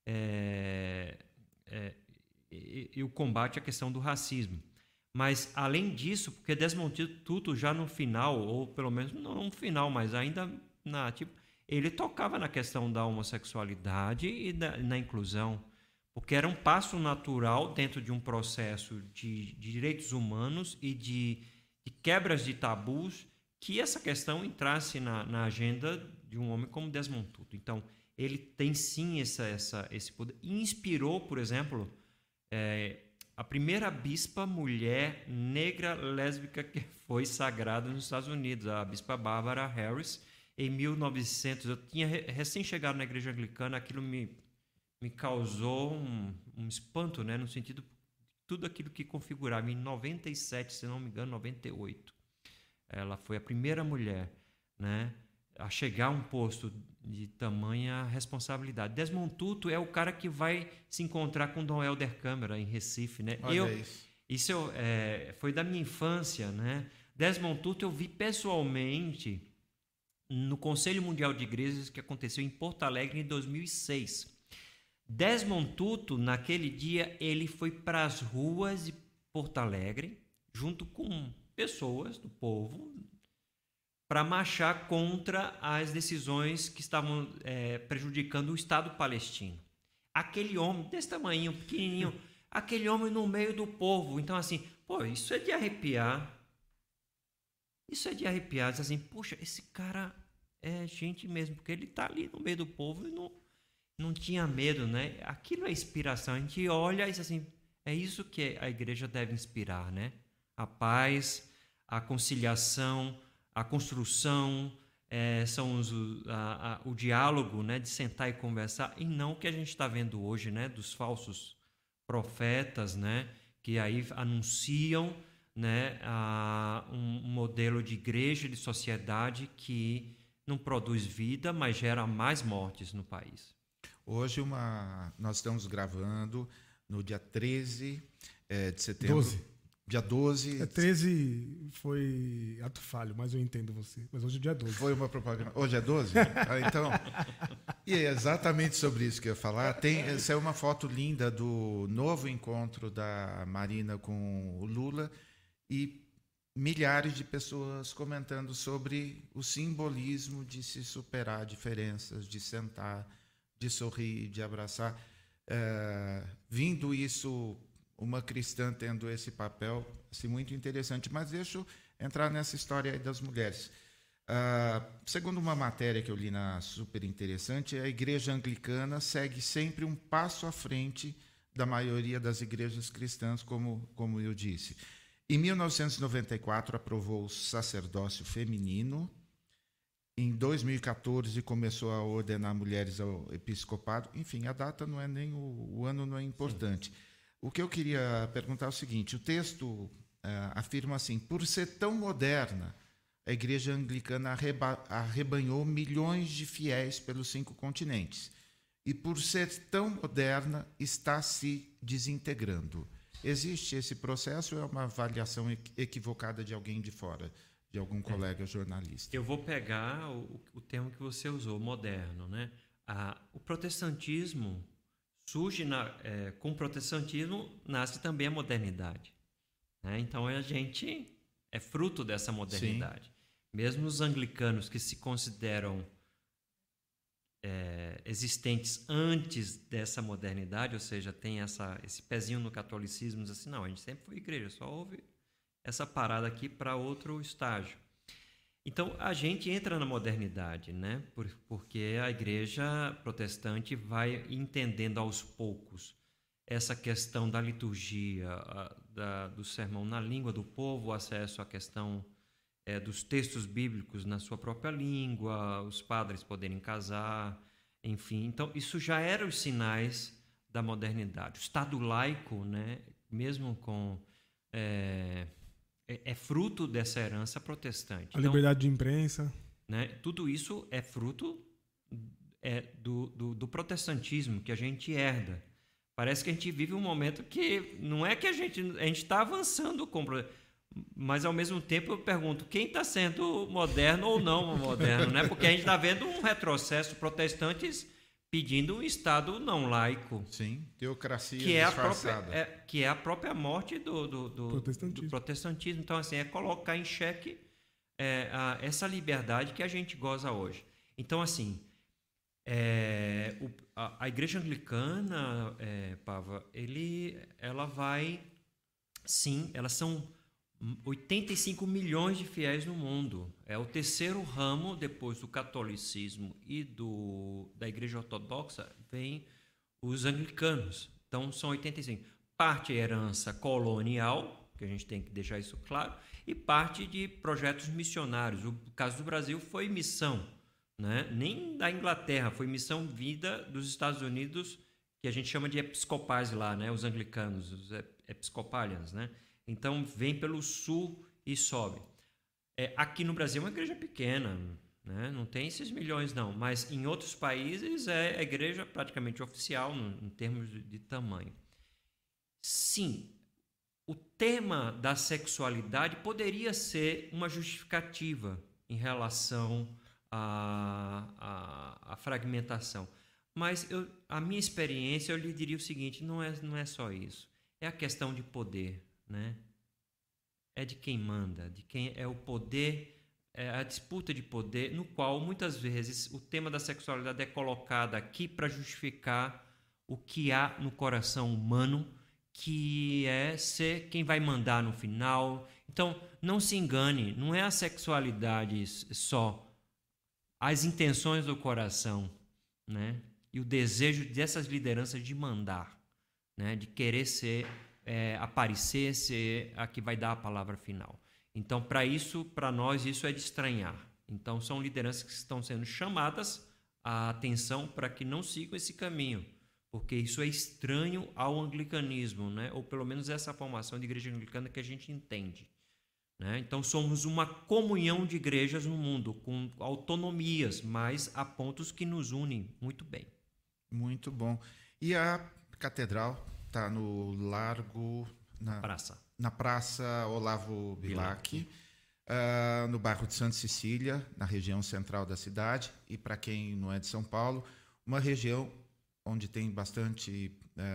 e o combate à questão do racismo. Mas, além disso, porque Desmond Tutu já no final, ou pelo menos não no final, mas ainda ele tocava na questão da homossexualidade e na inclusão, porque era um passo natural dentro de um processo de direitos humanos e de quebras de tabus que essa questão entrasse na agenda de um homem como Desmond Tutu. Então, ele tem sim esse poder. E inspirou, por exemplo, a primeira bispa mulher negra lésbica que foi sagrada nos Estados Unidos, a bispa Barbara Harris, em 1900. Eu tinha recém chegado na igreja anglicana, aquilo me causou um espanto, né, no sentido de tudo aquilo que configurava. Em 97, se não me engano, 98. Ela foi a primeira mulher, né, a chegar a um posto de tamanha responsabilidade. Desmond Tutu é o cara que vai se encontrar com Dom Helder Câmara em Recife, né? Isso foi da minha infância, né? Desmond Tutu eu vi pessoalmente no Conselho Mundial de Igrejas que aconteceu em Porto Alegre em 2006. Desmond Tutu, naquele dia, ele foi para as ruas de Porto Alegre junto com pessoas do povo para marchar contra as decisões que estavam prejudicando o Estado palestino. Aquele homem desse tamanho, pequenininho, aquele homem no meio do povo. Então, assim, isso é de arrepiar. Isso é de arrepiar. Diz assim, poxa, esse cara é gente mesmo, porque ele está ali no meio do povo e não tinha medo, né? Aquilo é inspiração. A gente olha e diz assim, é isso que a igreja deve inspirar, né? A paz, a conciliação, a construção, o diálogo, né, de sentar e conversar, e não o que a gente está vendo hoje, né, dos falsos profetas, né, que aí anunciam, né, um modelo de igreja, de sociedade que não produz vida, mas gera mais mortes no país. Hoje nós estamos gravando no dia 13 de setembro. 12. Dia 12. 13 foi ato falho, mas eu entendo você. Mas hoje é dia 12. Foi uma propaganda. Hoje é 12? Então. E é exatamente sobre isso que eu ia falar. Essa é uma foto linda do novo encontro da Marina com o Lula e milhares de pessoas comentando sobre o simbolismo de se superar diferenças, de sentar, de sorrir, de abraçar. Vindo isso, uma cristã tendo esse papel, assim, muito interessante. Mas deixa eu entrar nessa história aí das mulheres. Segundo uma matéria que eu li na Super Interessante, a igreja anglicana segue sempre um passo à frente da maioria das igrejas cristãs, como eu disse. Em 1994, aprovou o sacerdócio feminino. Em 2014, começou a ordenar mulheres ao episcopado. Enfim, a data não é nem o ano não é importante. Sim. O que eu queria perguntar é o seguinte: o texto afirma assim: por ser tão moderna, a igreja anglicana arrebanhou milhões de fiéis pelos 5 continentes. E por ser tão moderna, está se desintegrando. Existe esse processo ou é uma avaliação equivocada de alguém de fora, de algum colega jornalista? Eu vou pegar o termo que você usou, moderno, né? O protestantismo surge com o protestantismo nasce também a modernidade, né? Então a gente é fruto dessa modernidade. Sim. Mesmo os anglicanos que se consideram existentes antes dessa modernidade, ou seja, tem esse pezinho no catolicismo, diz assim, não, a gente sempre foi igreja, só houve essa parada aqui para outro estágio. Então, a gente entra na modernidade, né? Porque a igreja protestante vai entendendo aos poucos essa questão da liturgia, do sermão na língua do povo, o acesso à questão dos textos bíblicos na sua própria língua, os padres poderem casar, enfim. Então, isso já eram os sinais da modernidade. O Estado laico, né, mesmo com... é fruto dessa herança protestante. A liberdade de imprensa. Né, tudo isso é fruto do protestantismo que a gente herda. Parece que a gente vive um momento que não é que a gente está avançando, Mas, ao mesmo tempo, eu pergunto, quem está sendo moderno ou não moderno, né? Porque a gente está vendo um retrocesso, protestantes pedindo um Estado não laico. Sim, teocracia que é disfarçada. que é a própria morte do protestantismo. Então, assim, é colocar em xeque essa liberdade que a gente goza hoje. Então, assim, a Igreja Anglicana, Pava, ela vai... Sim, elas são 85 milhões de fiéis no mundo. É o terceiro ramo, depois do catolicismo e da Igreja Ortodoxa, vem os anglicanos. Então, são 85. Parte é herança colonial, que a gente tem que deixar isso claro, e parte de projetos missionários. O caso do Brasil foi missão, né? Nem da Inglaterra, foi missão vinda dos Estados Unidos, que a gente chama de episcopais lá, né? Os anglicanos, os episcopalians, né? Então, vem pelo sul e sobe. Aqui no Brasil é uma igreja pequena, né? Não tem esses milhões, não. Mas em outros países é a igreja praticamente oficial, em termos de tamanho. Sim, o tema da sexualidade poderia ser uma justificativa em relação à fragmentação. Mas a minha experiência, eu lhe diria o seguinte, não é só isso. É a questão de poder, né? É de quem manda, de quem é o poder, a disputa de poder, no qual muitas vezes o tema da sexualidade é colocado aqui para justificar o que há no coração humano, que é ser quem vai mandar no final. Então, não se engane, não é a sexualidade só, as intenções do coração, né? E o desejo dessas lideranças de mandar, né? De querer aparecer, ser a que vai dar a palavra final. Então, para nós, isso é de estranhar. Então, são lideranças que estão sendo chamadas a atenção para que não sigam esse caminho, porque isso é estranho ao anglicanismo, né? Ou pelo menos essa formação de igreja anglicana que a gente entende, né? Então, somos uma comunhão de igrejas no mundo, com autonomias, mas há pontos que nos unem muito bem. Muito bom. E a catedral está no Largo... Na Praça Olavo Bilac, no bairro de Santa Cecília, na região central da cidade. E, para quem não é de São Paulo, uma região onde tem bastante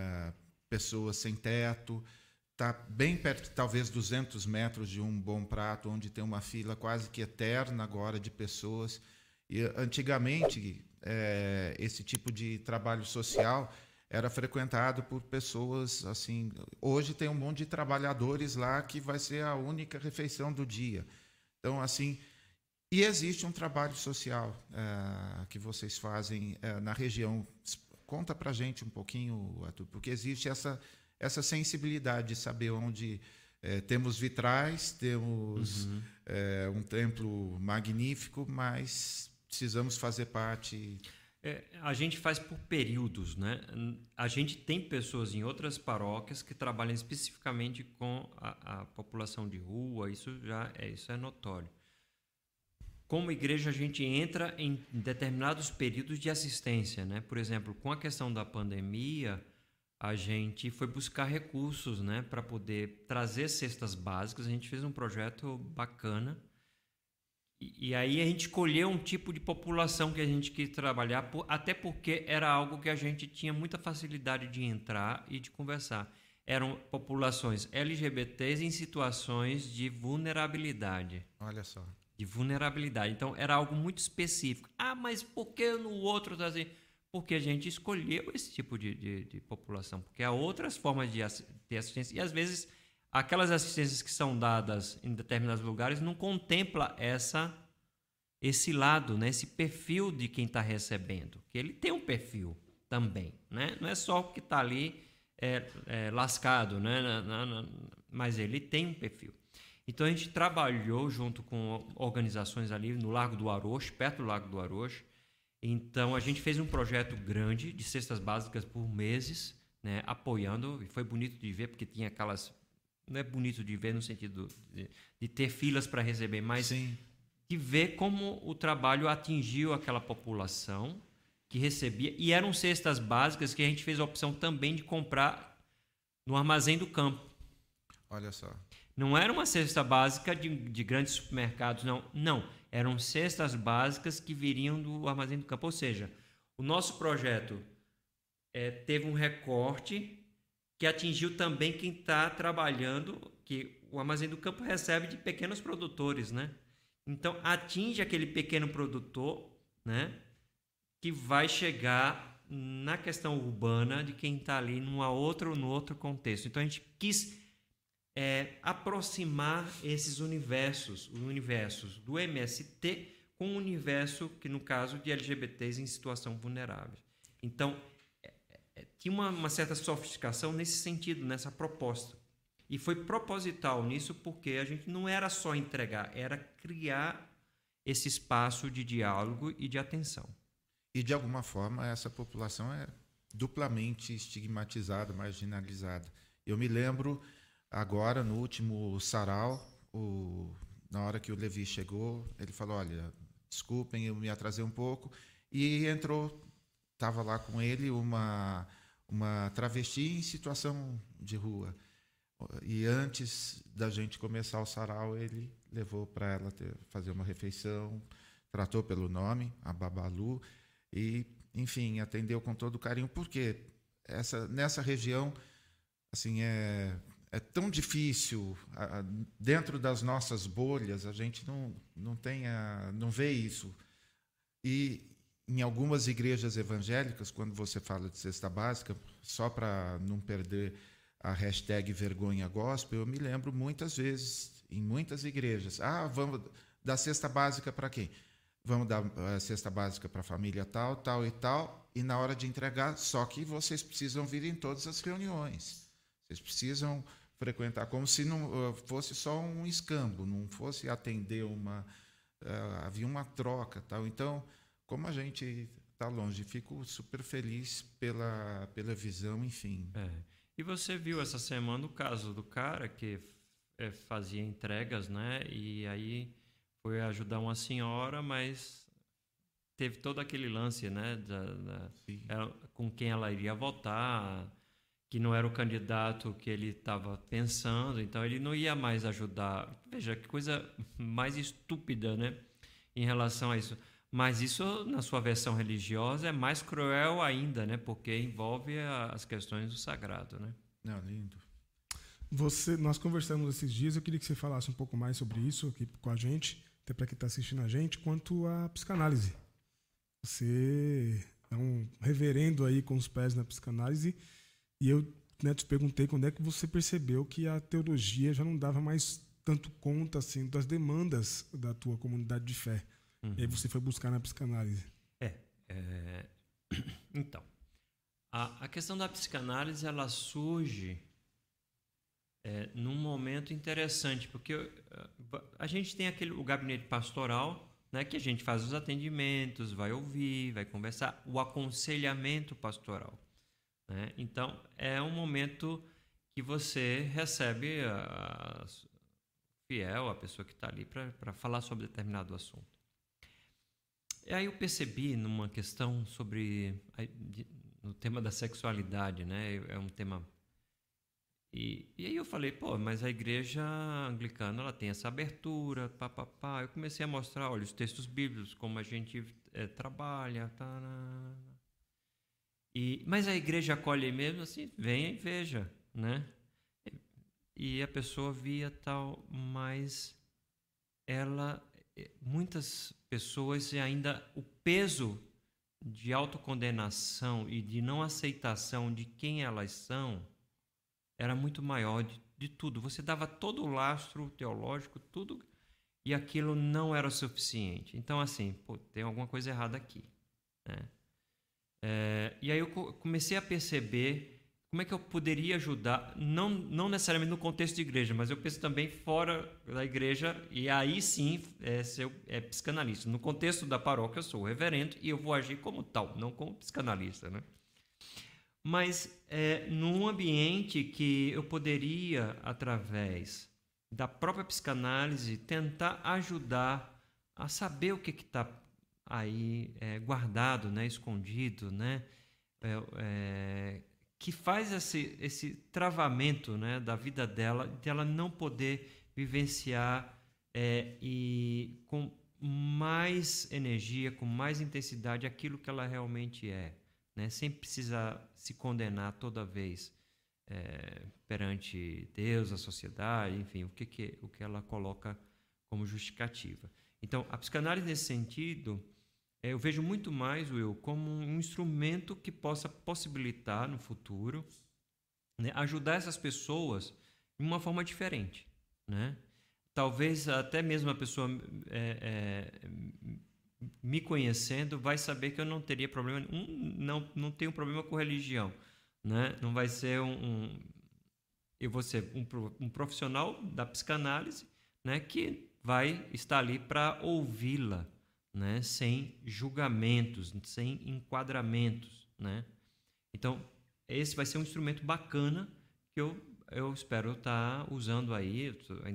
pessoas sem teto. Está bem perto, talvez 200 metros de um Bom Prato, onde tem uma fila quase que eterna agora de pessoas. E, antigamente, esse tipo de trabalho social era frequentado por pessoas assim. Hoje tem um monte de trabalhadores lá que vai ser a única refeição do dia. Então, assim, e existe um trabalho social que vocês fazem na região. Conta para a gente um pouquinho, Arthur, porque existe essa sensibilidade de saber onde temos vitrais, temos um templo magnífico, mas precisamos fazer parte... A gente faz por períodos, né? A gente tem pessoas em outras paróquias que trabalham especificamente com a população de rua, isso é notório. Como igreja, a gente entra em determinados períodos de assistência, né? Por exemplo, com a questão da pandemia, a gente foi buscar recursos, né, para poder trazer cestas básicas. A gente fez um projeto bacana. E aí a gente escolheu um tipo de população que a gente quis trabalhar, até porque era algo que a gente tinha muita facilidade de entrar e de conversar. Eram populações LGBTs em situações de vulnerabilidade. Olha só. De vulnerabilidade. Então, era algo muito específico. Mas por que no outro tá assim? Porque a gente escolheu esse tipo de população. Porque há outras formas de ter assistência. E, às vezes... aquelas assistências que são dadas em determinados lugares não contempla esse lado, né? Esse perfil de quem está recebendo. Que ele tem um perfil também, né? Não é só o que está ali lascado, né? Mas ele tem um perfil. Então, a gente trabalhou junto com organizações ali no Largo do Arocho, perto do Lago do Arocho. Então, a gente fez um projeto grande de cestas básicas por meses, né? Apoiando. E foi bonito de ver, porque tinha aquelas... Não é bonito de ver no sentido de ter filas para receber, mas Sim. De ver como o trabalho atingiu aquela população que recebia. E eram cestas básicas que a gente fez a opção também de comprar no Armazém do Campo. Olha só. Não era uma cesta básica de grandes supermercados, não. Eram cestas básicas que viriam do Armazém do Campo. Ou seja, o nosso projeto teve um recorte que atingiu também quem está trabalhando, que o Armazém do Campo recebe de pequenos produtores, né? Então, atinge aquele pequeno produtor, né, que vai chegar na questão urbana de quem está ali no outro contexto. Então, a gente quis aproximar esses universos, os universos do MST com o universo, que no caso de LGBTs em situação vulnerável. Então, tinha uma certa sofisticação nesse sentido, nessa proposta. E foi proposital nisso porque a gente não era só entregar, era criar esse espaço de diálogo e de atenção. E, de alguma forma, essa população é duplamente estigmatizada, marginalizada. Eu me lembro, agora, no último sarau, na hora que o Levi chegou, ele falou, olha, desculpem, eu me atrasei um pouco, e estava lá com ele uma travesti em situação de rua. E antes da gente começar o sarau, ele levou para ela fazer uma refeição, tratou pelo nome, a Babalu, e, enfim, atendeu com todo carinho, porque nessa região assim, é tão difícil, dentro das nossas bolhas, a gente não vê isso. E em algumas igrejas evangélicas, quando você fala de cesta básica, só para não perder a hashtag vergonha gospel, eu me lembro muitas vezes, em muitas igrejas, vamos dar cesta básica para quem? Vamos dar cesta básica para a família tal, tal e tal, e na hora de entregar, só que vocês precisam vir em todas as reuniões. Vocês precisam frequentar, como se não fosse só um escambo, não fosse atender havia uma troca, tal. Então, como a gente está longe, fico super feliz pela visão, enfim. E você viu essa semana o caso do cara que fazia entregas, né? E aí foi ajudar uma senhora, mas teve todo aquele lance, né? Com quem ela iria votar, que não era o candidato que ele estava pensando, então ele não ia mais ajudar. Veja, que coisa mais estúpida, né? Em relação a isso. Mas isso, na sua versão religiosa, é mais cruel ainda, né? Porque envolve as questões do sagrado, né? Não, lindo. Nós conversamos esses dias, eu queria que você falasse um pouco mais sobre isso aqui com a gente, até para quem está assistindo a gente, quanto à psicanálise. Você é um reverendo aí com os pés na psicanálise, e eu te perguntei quando é que você percebeu que a teologia já não dava mais tanto conta assim, das demandas da tua comunidade de fé. Uhum. E aí você foi buscar na psicanálise. Então, a questão da psicanálise, ela surge num momento interessante, porque a gente tem o gabinete pastoral, né, que a gente faz os atendimentos, vai ouvir, vai conversar, o aconselhamento pastoral, né? Então, é um momento que você recebe a fiel, a pessoa que está ali para falar sobre determinado assunto. E aí eu percebi numa questão no tema da sexualidade, né? É um tema... E aí eu falei, mas a igreja anglicana, ela tem essa abertura, Eu comecei a mostrar, olha, os textos bíblicos, como a gente trabalha, mas a igreja acolhe mesmo assim, venha e veja, né? E a pessoa via tal, mas muitas pessoas ainda, o peso de autocondenação e de não aceitação de quem elas são era muito maior de tudo. Você dava todo o lastro teológico, tudo, e aquilo não era o suficiente. Então, assim, tem alguma coisa errada aqui, né? E aí eu comecei a perceber como é que eu poderia ajudar, não necessariamente no contexto de igreja, mas eu penso também fora da igreja, e aí sim ser psicanalista. No contexto da paróquia eu sou reverendo e eu vou agir como tal, não como psicanalista, né? Mas num ambiente que eu poderia, através da própria psicanálise, tentar ajudar a saber o que está aí guardado, né, escondido, né? que faz esse travamento, né, da vida dela, de ela não poder vivenciar e com mais energia, com mais intensidade, aquilo que ela realmente é, né, sem precisar se condenar toda vez perante Deus, a sociedade, enfim, o que ela coloca como justificativa. Então, a psicanálise nesse sentido, eu vejo muito mais, Will, como um instrumento que possa possibilitar no futuro, né, ajudar essas pessoas de uma forma diferente, né? Talvez até mesmo a pessoa me conhecendo vai saber que eu não teria problema, não tenho problema com religião, né? Não vai ser eu vou ser um profissional da psicanálise, né, que vai estar ali para ouvi-la, né, sem julgamentos, sem enquadramentos, né? Então, esse vai ser um instrumento bacana que eu espero estar usando aí.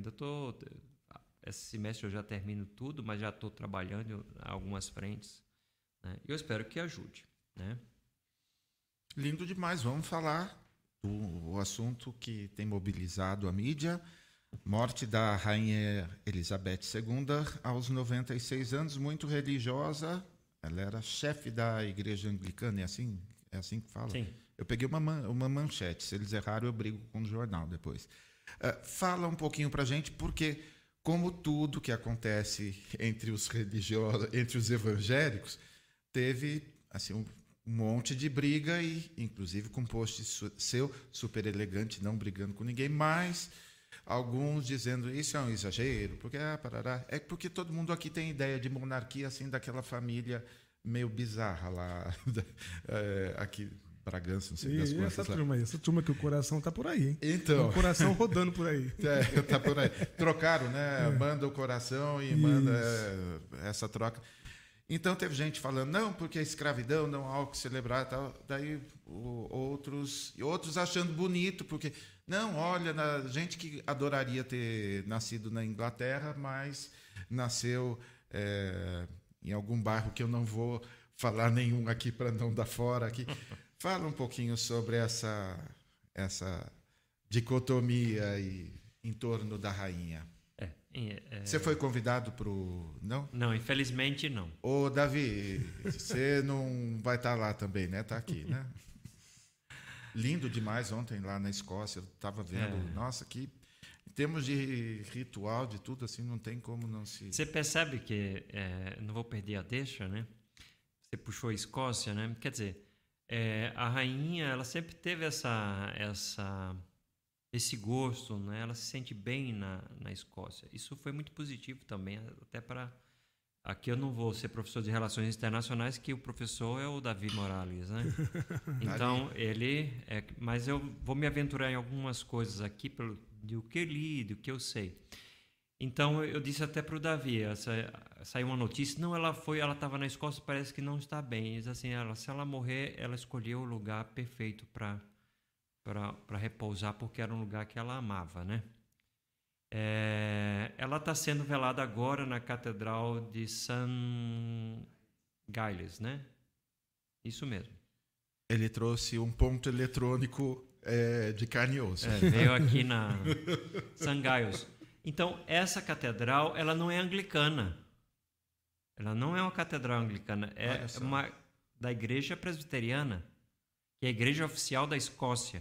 Esse semestre eu já termino tudo, mas já estou trabalhando em algumas frentes, né? Eu espero que ajude, né? Lindo demais. Vamos falar do assunto que tem mobilizado a mídia. Morte da Rainha Elizabeth II aos 96 anos, muito religiosa. Ela era chefe da Igreja Anglicana, é assim que fala? Sim. Eu peguei uma manchete, se eles erraram eu brigo com o jornal depois. Fala um pouquinho para a gente, porque como tudo que acontece entre os religiosos, entre os evangélicos, teve assim, um monte de briga, e inclusive com um post seu, super elegante, não brigando com ninguém, mas alguns dizendo isso é um exagero, porque é porque todo mundo aqui tem ideia de monarquia assim, daquela família meio bizarra lá, aqui Bragança, não sei das quantas. Essa turma que o coração tá por aí, hein? Então, o coração rodando por aí. Tá por aí. Trocaram, né? Manda o coração e manda essa troca. Então teve gente falando, não, porque a escravidão não há o que celebrar e tal. Daí outros achando bonito, porque não, olha, gente que adoraria ter nascido na Inglaterra, mas nasceu em algum bairro que eu não vou falar nenhum aqui para não dar fora aqui. Fala um pouquinho sobre essa dicotomia aí em torno da rainha. Você foi convidado para o... Não? Não, infelizmente não. Ô, Davi, você não vai estar lá também, né? Está aqui, né? Lindo demais ontem lá na Escócia. Eu estava vendo, nossa, que em termos de ritual, de tudo assim, não tem como não se... Você percebe que, não vou perder a deixa, né? Você puxou a Escócia, né? Quer dizer, a rainha, ela sempre teve esse gosto, né? Ela se sente bem na Escócia. Isso foi muito positivo também, até para... Aqui eu não vou ser professor de Relações Internacionais, que o professor é o Davi Morales, né? Então, mas eu vou me aventurar em algumas coisas aqui, do que eu li, do que eu sei. Então, eu disse até para o Davi, saiu uma notícia, não, ela estava na Escócia, parece que não está bem. Diz assim, se ela morrer, ela escolheu o lugar perfeito para repousar, porque era um lugar que ela amava, né? Ela está sendo velada agora na Catedral de St. Giles, né? Isso mesmo. Ele trouxe um ponto eletrônico de carne e osso. Veio aqui na St. Giles. Então, essa catedral, ela não é anglicana. Ela não é uma catedral anglicana. É uma da Igreja Presbiteriana, que é a igreja oficial da Escócia.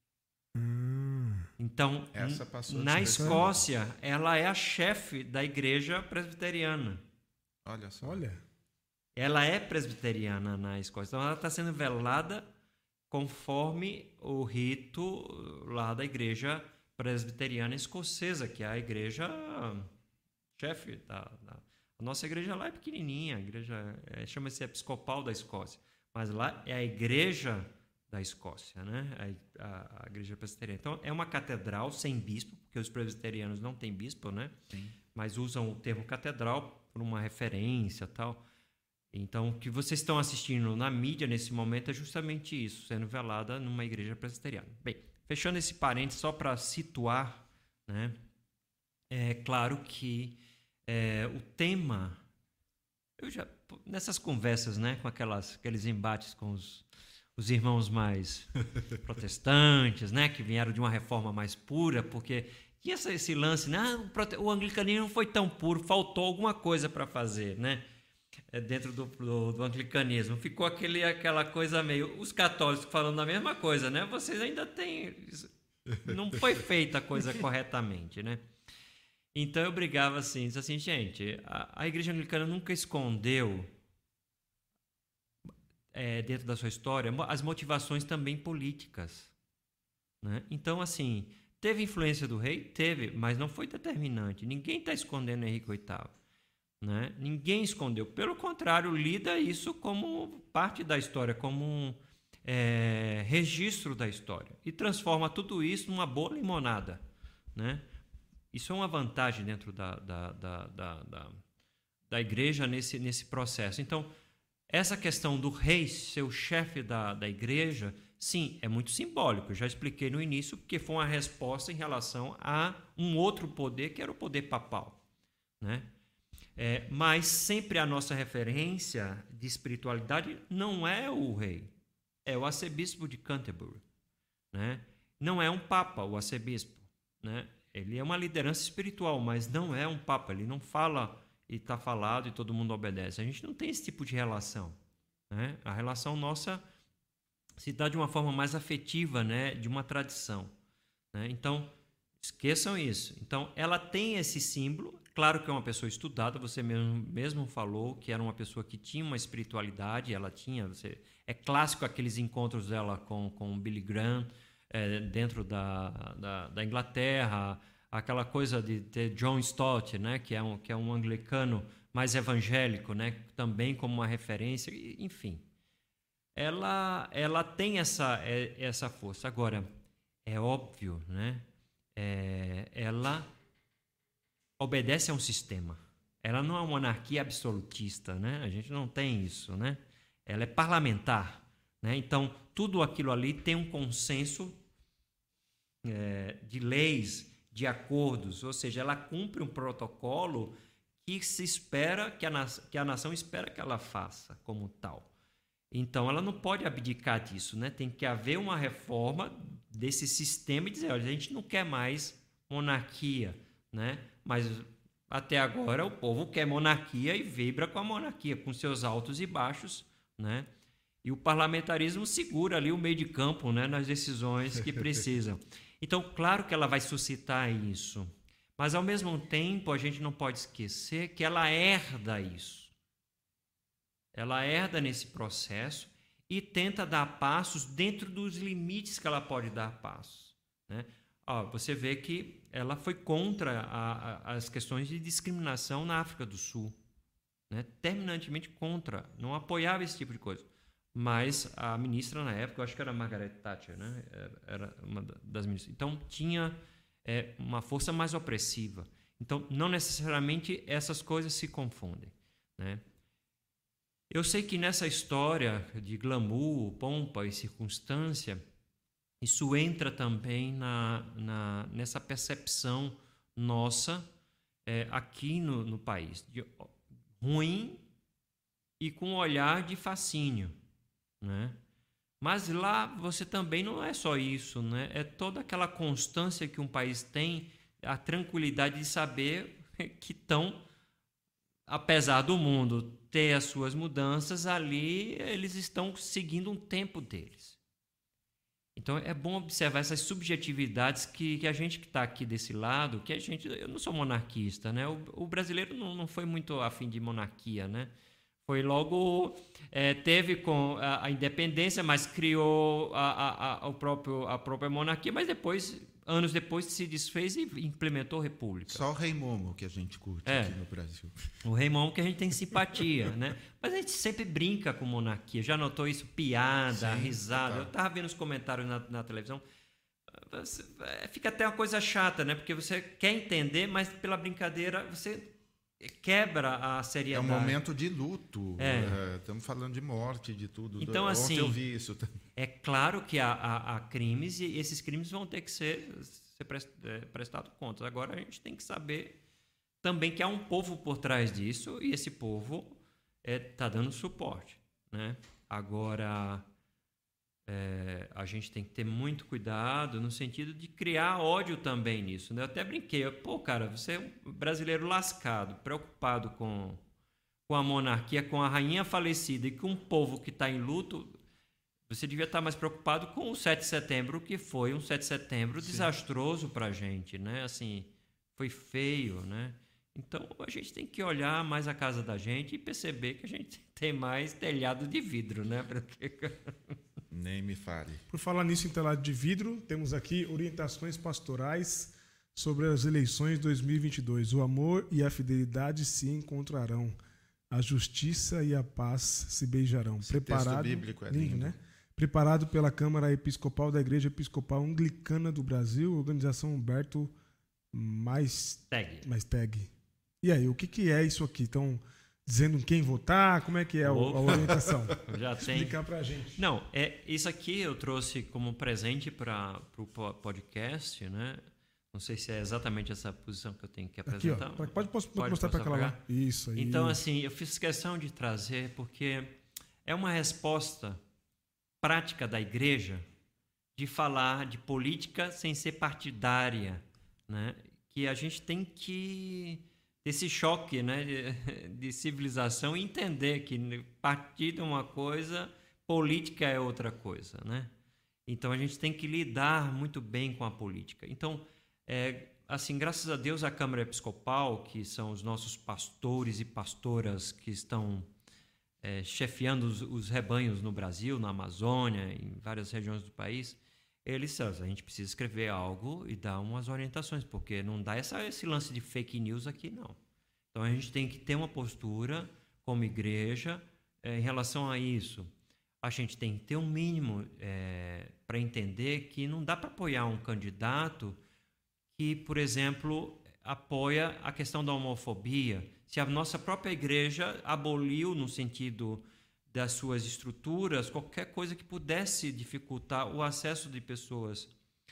Então, na Escócia, ela é a chefe da Igreja Presbiteriana. Olha só. Ela é presbiteriana na Escócia. Então, ela está sendo velada conforme o rito lá da Igreja Presbiteriana Escocesa, que é a igreja chefe a nossa igreja lá é pequenininha, a igreja chama-se Episcopal da Escócia, mas lá é a igreja da Escócia, né? A igreja presbiteriana. Então é uma catedral sem bispo, porque os presbiterianos não têm bispo, né? Sim. Mas usam o termo catedral por uma referência, tal. Então o que vocês estão assistindo na mídia nesse momento é justamente isso, sendo velada numa igreja presbiteriana. Bem, fechando esse parênteses só para situar, né? É claro que o tema... nessas conversas, né, com aqueles embates com os irmãos mais protestantes, né, que vieram de uma reforma mais pura, porque tinha esse lance, né, o anglicanismo não foi tão puro, faltou alguma coisa para fazer, né, dentro do anglicanismo. Ficou aquela coisa meio... Os católicos falando a mesma coisa, né, vocês ainda têm... Não foi feita a coisa corretamente, né. Então eu brigava assim, disse assim, gente, a Igreja Anglicana nunca escondeu dentro da sua história as motivações também políticas, né? Então, assim, teve influência do rei? Teve, mas não foi determinante. Ninguém está escondendo Henrique VIII, né? Ninguém escondeu. Pelo contrário, lida isso como parte da história, como um registro da história e transforma tudo isso numa boa limonada, né? Isso é uma vantagem dentro da igreja nesse processo. Então, essa questão do rei ser o chefe da igreja, sim, é muito simbólico. Eu já expliquei no início, porque foi uma resposta em relação a um outro poder, que era o poder papal, né? Mas sempre a nossa referência de espiritualidade não é o rei, é o arcebispo de Canterbury, né? Não é um papa, o arcebispo, né? Ele é uma liderança espiritual, mas não é um papa. Ele não fala e está falado e todo mundo obedece. A gente não tem esse tipo de relação, né? A relação nossa se dá de uma forma mais afetiva, né? De uma tradição, né? Então, esqueçam isso. Então, ela tem esse símbolo. Claro que é uma pessoa estudada. Você mesmo falou que era uma pessoa que tinha uma espiritualidade. Ela tinha... É clássico aqueles encontros dela com Billy Graham dentro da Inglaterra. Aquela coisa de ter John Stott, né, que é um anglicano mais evangélico, né, também como uma referência, enfim. Ela tem essa força. Agora, é óbvio, né, ela obedece a um sistema. Ela não é uma monarquia absolutista, né? A gente não tem isso, né? Ela é parlamentar, né? Então, tudo aquilo ali tem um consenso de leis, de acordos, ou seja, ela cumpre um protocolo que se espera, que a nação espera que ela faça como tal. Então, ela não pode abdicar disso, né? Tem que haver uma reforma desse sistema e dizer, olha, a gente não quer mais monarquia, né? Mas até agora o povo quer monarquia e vibra com a monarquia, com seus altos e baixos, né? E o parlamentarismo segura ali o meio de campo, né, nas decisões que precisam. Então, claro que ela vai suscitar isso, mas ao mesmo tempo a gente não pode esquecer que ela herda isso. Ela herda nesse processo e tenta dar passos dentro dos limites que ela pode dar passos, né? Você vê que ela foi contra as questões de discriminação na África do Sul, né? Terminantemente contra, não apoiava esse tipo de coisa. Mas a ministra na época, eu acho que era Margaret Thatcher, né? Era uma das ministras. Então tinha uma força mais opressiva. Então não necessariamente essas coisas se confundem, né? Eu sei que nessa história de glamour, pompa e circunstância, isso entra também nessa percepção nossa aqui no país, de ruim e com um olhar de fascínio, né? Mas lá você também não é só isso, né? É toda aquela constância que um país tem, a tranquilidade de saber que estão, apesar do mundo ter as suas mudanças, ali eles estão seguindo um tempo deles. Então é bom observar essas subjetividades que a gente que está aqui desse lado, eu não sou monarquista, né? O brasileiro não foi muito afim de monarquia, né? Foi logo, teve com a independência, mas criou a própria monarquia, mas anos depois se desfez e implementou a república. Só o Rei Momo que a gente curte aqui no Brasil. O Rei Momo que a gente tem simpatia, né? Mas a gente sempre brinca com monarquia. Já notou isso? Piada, sim, risada. Tá. Eu estava vendo os comentários na televisão. Fica até uma coisa chata, né? Porque você quer entender, mas pela brincadeira você quebra a seriedade. É um momento de luto. Estamos falando de morte, de tudo. Então, assim, ontem eu vi isso. É claro que há crimes e esses crimes vão ter que ser prestados contas. Agora a gente tem que saber também que há um povo por trás disso e esse povo está dando suporte, né? Agora, a gente tem que ter muito cuidado no sentido de criar ódio também nisso, né? Eu até brinquei, pô, cara, você é um brasileiro lascado, preocupado com a monarquia, com a rainha falecida e com um povo que está em luto, você devia estar mais preocupado com o 7 de setembro, que foi um 7 de setembro desastroso para a gente, né? Assim, foi feio, né? Então, a gente tem que olhar mais a casa da gente e perceber que a gente tem mais telhado de vidro, né? Nem me fale. Por falar nisso em telhado de vidro, temos aqui orientações pastorais sobre as eleições 2022. O amor e a fidelidade se encontrarão. A justiça e a paz se beijarão. Esse Preparado, texto bíblico é lindo, né? Preparado pela Câmara Episcopal da Igreja Episcopal Anglicana do Brasil, organização Humberto Maesteg. E aí, o que é isso aqui? Estão dizendo quem votar? Como é que é a orientação? Já tem. Explicar pra gente. Não, isso aqui eu trouxe como presente para o podcast, né? Não sei se é exatamente essa posição que eu tenho que apresentar. Aqui, ó. Pode mostrar para aquela lá. Isso aí. Então, assim, eu fiz questão de trazer porque é uma resposta prática da igreja de falar de política sem ser partidária, né? Que a gente tem que ter esse choque, né, de civilização e entender que partido é uma coisa, política é outra coisa, né? Então a gente tem que lidar muito bem com a política. Então, assim, graças a Deus a Câmara Episcopal, que são os nossos pastores e pastoras que estão chefiando os rebanhos no Brasil, na Amazônia, em várias regiões do país, a gente precisa escrever algo e dar umas orientações, porque não dá esse lance de fake news aqui, não. Então a gente tem que ter uma postura como igreja em relação a isso. A gente tem que ter um mínimo para entender que não dá para apoiar um candidato que, por exemplo, apoia a questão da homofobia. Se a nossa própria igreja aboliu, no sentido das suas estruturas, qualquer coisa que pudesse dificultar o acesso de pessoas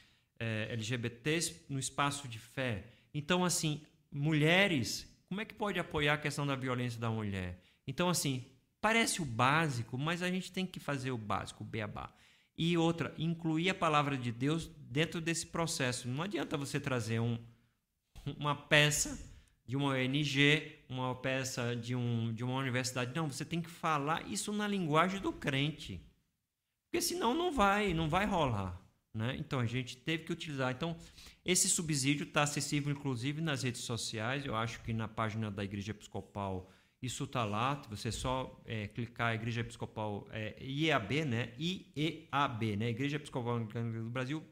LGBTs no espaço de fé. Então, assim, mulheres, como é que pode apoiar a questão da violência da mulher? Então, assim, parece o básico, mas a gente tem que fazer o básico, o beabá. E outra, incluir a palavra de Deus dentro desse processo. Não adianta você trazer uma peça de uma ONG, uma peça de uma universidade. Não, você tem que falar isso na linguagem do crente. Porque senão não vai rolar, né? Então, a gente teve que utilizar. Então, esse subsídio está acessível, inclusive, nas redes sociais. Eu acho que na página da Igreja Episcopal isso está lá. Você só clicar Igreja Episcopal IEAB, né? IEAB, né? Igreja Episcopal do Brasil.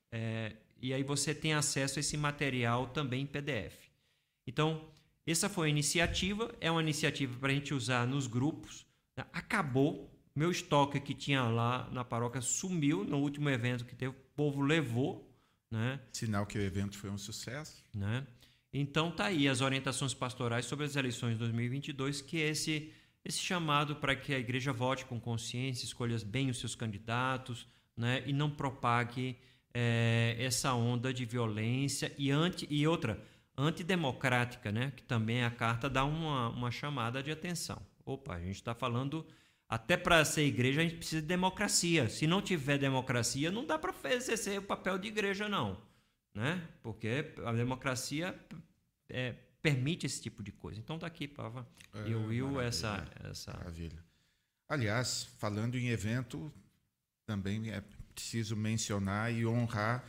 E aí você tem acesso a esse material também em PDF. Então, essa foi a iniciativa. É uma iniciativa para a gente usar nos grupos. Acabou. Meu estoque que tinha lá na paróquia sumiu no último evento que teve. O povo levou, né? Sinal que o evento foi um sucesso. Né? Então, tá aí as orientações pastorais sobre as eleições de 2022, que é esse chamado para que a igreja vote com consciência, escolha bem os seus candidatos, né? E não propague essa onda de violência e outra, antidemocrática, né? Que também a carta dá uma chamada de atenção. Opa, a gente está falando, até para ser igreja a gente precisa de democracia. Se não tiver democracia, não dá para exercer o papel de igreja, não. Né? Porque a democracia permite esse tipo de coisa. Então, está aqui, Pava. essa... Maravilha. Aliás, falando em evento, também é preciso mencionar e honrar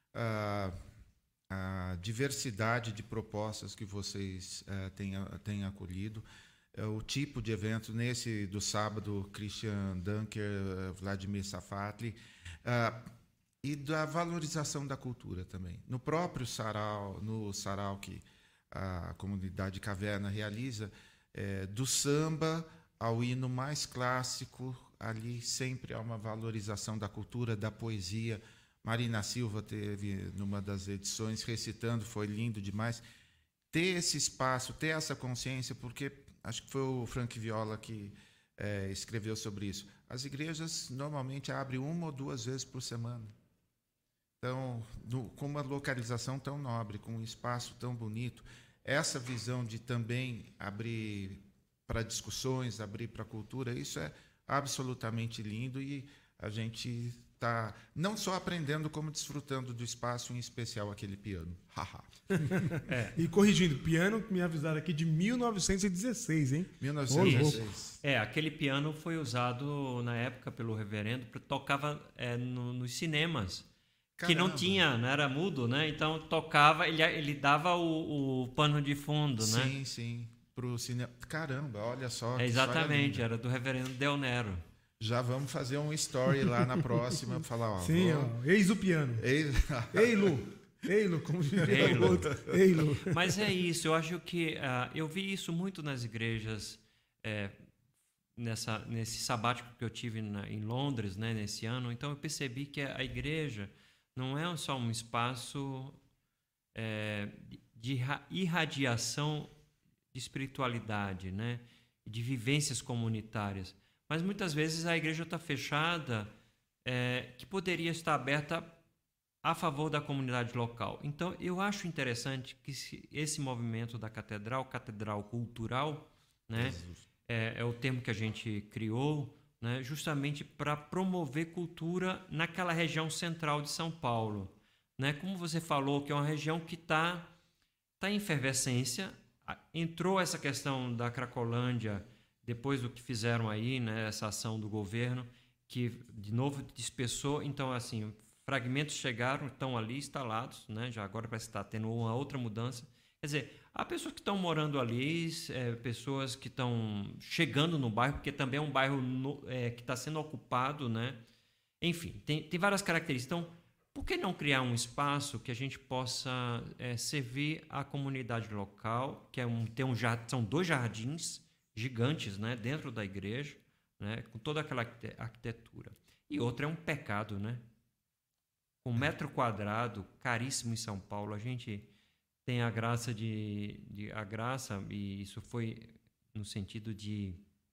a diversidade de propostas que vocês têm acolhido. O tipo de evento, nesse do sábado, Christian Dunker, Vladimir Safatli, e da valorização da cultura também. No próprio sarau, que a comunidade Caverna realiza, do samba ao hino mais clássico, ali sempre há uma valorização da cultura, da poesia. Marina Silva teve, numa das edições, recitando, foi lindo demais. Ter esse espaço, ter essa consciência, porque acho que foi o Frank Viola que escreveu sobre isso. As igrejas normalmente abrem 1 ou 2 vezes por semana. Então, com uma localização tão nobre, com um espaço tão bonito, essa visão de também abrir para discussões, abrir para a cultura, isso é absolutamente lindo e a gente está não só aprendendo, como desfrutando do espaço, em especial aquele piano. E corrigindo, piano, me avisaram aqui, de 1916, hein? 1916. Aquele piano foi usado na época pelo reverendo, tocava nos cinemas. Caramba. Que não tinha, não era mudo, né? Então tocava, ele dava o pano de fundo, né? Sim, sim. Pro cinema. Caramba, olha só. Exatamente, era do reverendo Del Nero. Já vamos fazer um story lá na próxima, falar, ó. Sim, eis o piano. Ei, Lu, como diria o outro. Ei, Lu. Mas é isso, eu acho que eu vi isso muito nas igrejas, nesse sabático que eu tive em Londres, né, nesse ano. Então eu percebi que a igreja não é só um espaço de irradiação de espiritualidade, né, de vivências comunitárias. Mas muitas vezes a igreja está fechada, que poderia estar aberta a favor da comunidade local. Então, eu acho interessante que esse movimento da catedral cultural, né, é o termo que a gente criou, né, justamente para promover cultura naquela região central de São Paulo. Né? Como você falou, que é uma região que está em efervescência. Entrou essa questão da Cracolândia, depois do que fizeram aí, né, essa ação do governo, que de novo dispersou. Então, assim, fragmentos chegaram, estão ali instalados, né, já agora parece que está tendo uma outra mudança. Quer dizer, há pessoas que estão morando ali, pessoas que estão chegando no bairro, porque também é um bairro que está sendo ocupado, né? Enfim, tem várias características. Então, por que não criar um espaço que a gente possa servir a comunidade local, que são 2 jardins gigantes, né, dentro da igreja, né, com toda aquela arquitetura. E outra é um pecado, né? Um metro quadrado, caríssimo em São Paulo, a gente tem a graça e isso foi no sentido de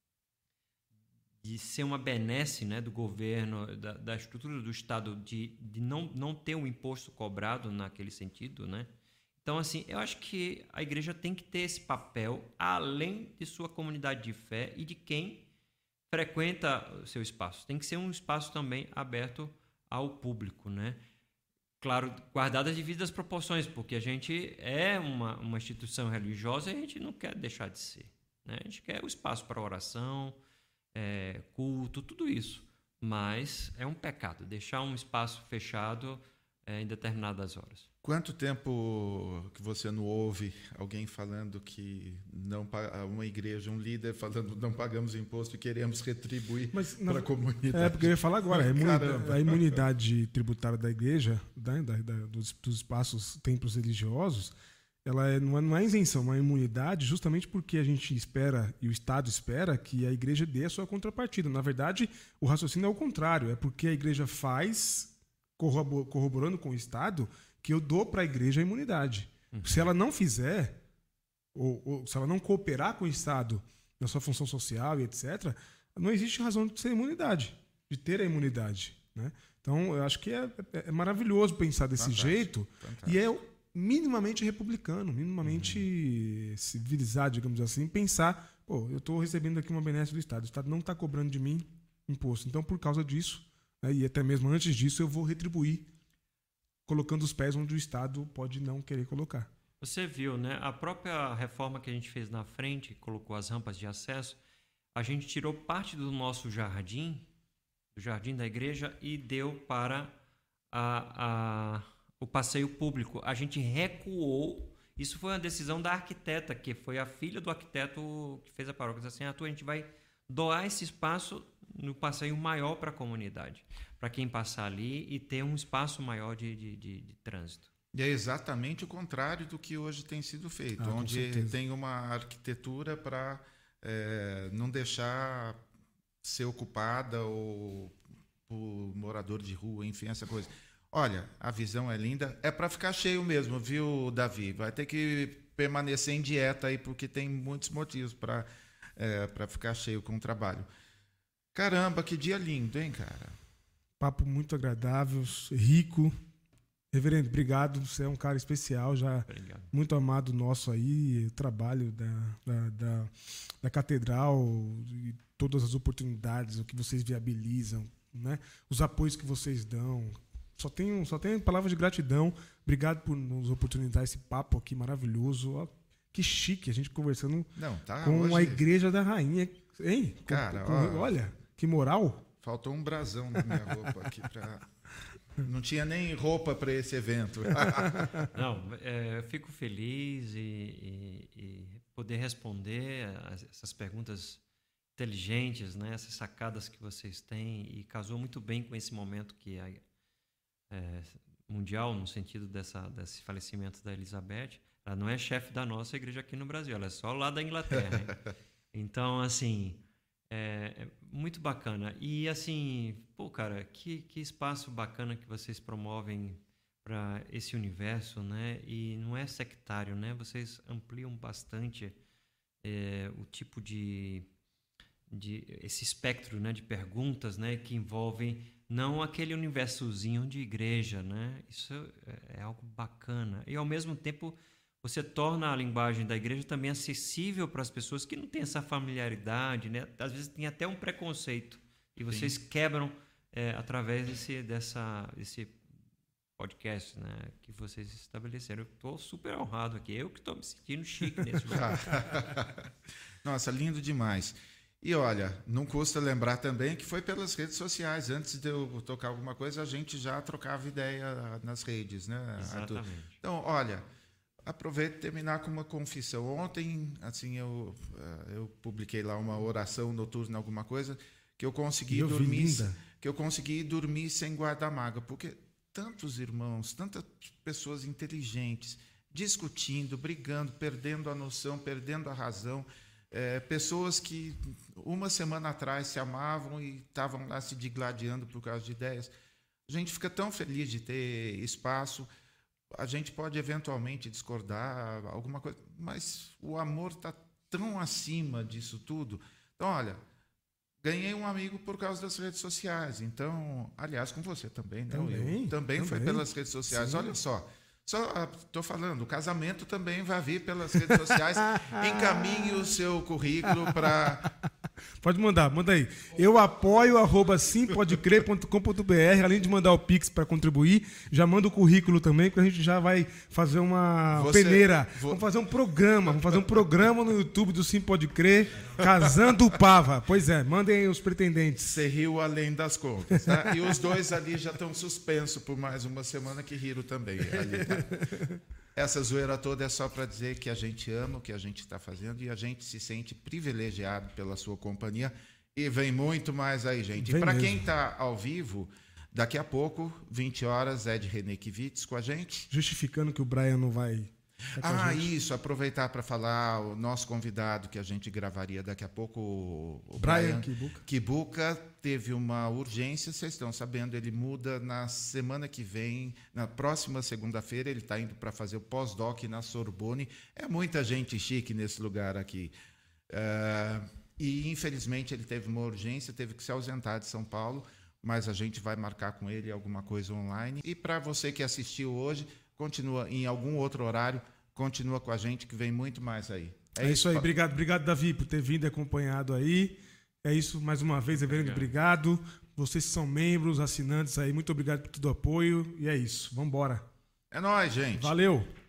ser uma benesse, né, do governo, da estrutura do Estado, de não ter um imposto cobrado naquele sentido, né? Então, assim, eu acho que a igreja tem que ter esse papel, além de sua comunidade de fé e de quem frequenta o seu espaço. Tem que ser um espaço também aberto ao público, né? Claro, guardadas as devidas proporções, porque a gente é uma instituição religiosa e a gente não quer deixar de ser, né? A gente quer o espaço para oração, culto, tudo isso. Mas é um pecado deixar um espaço fechado em determinadas horas. Quanto tempo que você não ouve alguém falando que uma igreja, um líder falando não pagamos imposto e queremos retribuir para a comunidade? Porque eu ia falar agora, a imunidade tributária da igreja, dos espaços, templos religiosos, ela não é isenção, é uma imunidade justamente porque a gente espera, e o Estado espera, que a igreja dê a sua contrapartida. Na verdade, o raciocínio é o contrário, é porque a igreja faz, corroborando com o Estado, que eu dou para a igreja a imunidade. Se ela não fizer, ou se ela não cooperar com o Estado na sua função social e etc., não existe razão de ser imunidade, de ter a imunidade, né? Então, eu acho que é maravilhoso pensar desse jeito. E é minimamente republicano, minimamente civilizado, digamos assim, pensar, eu estou recebendo aqui uma benesse do Estado, o Estado não está cobrando de mim imposto. Então, por causa disso, né, e até mesmo antes disso, eu vou retribuir colocando os pés onde o Estado pode não querer colocar. Você viu, né? A própria reforma que a gente fez na frente, colocou as rampas de acesso, a gente tirou parte do nosso jardim, do jardim da igreja, e deu para o passeio público. A gente recuou. Isso foi uma decisão da arquiteta, que foi a filha do arquiteto que fez a paróquia. Disse assim, a gente vai doar esse espaço no passeio maior para a comunidade, para quem passar ali e ter um espaço maior de trânsito. E é exatamente o contrário do que hoje tem sido feito, onde tem uma arquitetura para não deixar ser ocupada ou por morador de rua, enfim, essa coisa. Olha, a visão é linda, é para ficar cheio mesmo, viu, Davi? Vai ter que permanecer em dieta aí, porque tem muitos motivos para ficar cheio com o trabalho. Caramba, que dia lindo, hein, cara? Papo muito agradável, rico. Reverendo, obrigado. Você é um cara especial, já muito amado nosso aí. O trabalho da catedral, e todas as oportunidades, o que vocês viabilizam. né, os apoios que vocês dão. Só tenho palavras de gratidão. Obrigado por nos oportunizar esse papo aqui maravilhoso. Ó, que chique a gente conversando com hoje... a Igreja da Rainha. Hein? Cara, olha, que moral. Faltou um brasão na minha roupa aqui para... Não tinha nem roupa para esse evento. Não, eu fico feliz e poder responder essas perguntas inteligentes, né? Essas sacadas que vocês têm, e casou muito bem com esse momento que é mundial, no sentido desse falecimento da Elizabeth. Ela não é chefe da nossa igreja aqui no Brasil, ela é só lá da Inglaterra. Hein? Então, assim... É muito bacana. E assim, pô, cara, que espaço bacana que vocês promovem para esse universo, né? E não é sectário, né? Vocês ampliam bastante o tipo de esse espectro, né, de perguntas, né, que envolvem não aquele universozinho de igreja, né? Isso é algo bacana. E ao mesmo tempo você torna a linguagem da igreja também acessível para as pessoas que não têm essa familiaridade, né? Às vezes tem até um preconceito. E vocês quebram através desse podcast, né, que vocês estabeleceram. Eu estou super honrado aqui. Eu que estou me sentindo chique nesse lugar. Nossa, lindo demais. E olha, não custa lembrar também que foi pelas redes sociais. Antes de eu tocar alguma coisa, a gente já trocava ideia nas redes, né? Exatamente. Então, olha... Aproveito e terminar com uma confissão. Ontem, assim, eu publiquei lá uma oração noturna, alguma coisa, que eu consegui dormir sem guarda-mágoa, porque tantos irmãos, tantas pessoas inteligentes, discutindo, brigando, perdendo a noção, perdendo a razão, pessoas que uma semana atrás se amavam e estavam lá se digladiando por causa de ideias. A gente fica tão feliz de ter espaço. A gente pode eventualmente discordar, alguma coisa, mas o amor está tão acima disso tudo. Então, olha, ganhei um amigo por causa das redes sociais. Então, aliás, com você também, né? Também foi pelas redes sociais. Sim. Olha só estou falando, o casamento também vai vir pelas redes sociais. Encaminhe o seu currículo para... Pode mandar, manda aí. Eu apoio @simpodecrer.com.br. Além de mandar o Pix para contribuir, já manda o currículo também, que a gente já vai fazer uma peneira. Vamos fazer um programa. No YouTube do Sim Pode Crer, Casando o Pava. Pois é, mandem aí os pretendentes. Você riu além das contas, tá? E os dois ali já estão suspensos por mais uma semana, que riram também. Ali, tá? Essa zoeira toda é só para dizer que a gente ama o que a gente está fazendo e a gente se sente privilegiado pela sua companhia. E vem muito mais aí, gente. E para quem está ao vivo, daqui a pouco, 20 horas, Ed René Kivitz com a gente. Justificando que o Brian não vai... Isso, aproveitar para falar o nosso convidado que a gente gravaria daqui a pouco, o Brian Kibuka, teve uma urgência, vocês estão sabendo, ele muda na semana que vem, na próxima segunda-feira, ele está indo para fazer o pós-doc na Sorbonne. É muita gente chique nesse lugar aqui. E, infelizmente, ele teve uma urgência, teve que se ausentar de São Paulo, mas a gente vai marcar com ele alguma coisa online. E para você que assistiu hoje, continua em algum outro horário, continua com a gente, que vem muito mais aí. É isso aí, obrigado, Davi, por ter vindo e acompanhado aí. É isso, mais uma vez, Reverendo, obrigado. Vocês que são membros, assinantes aí, muito obrigado por todo o apoio. E é isso, vamos embora. É nóis, gente. Valeu.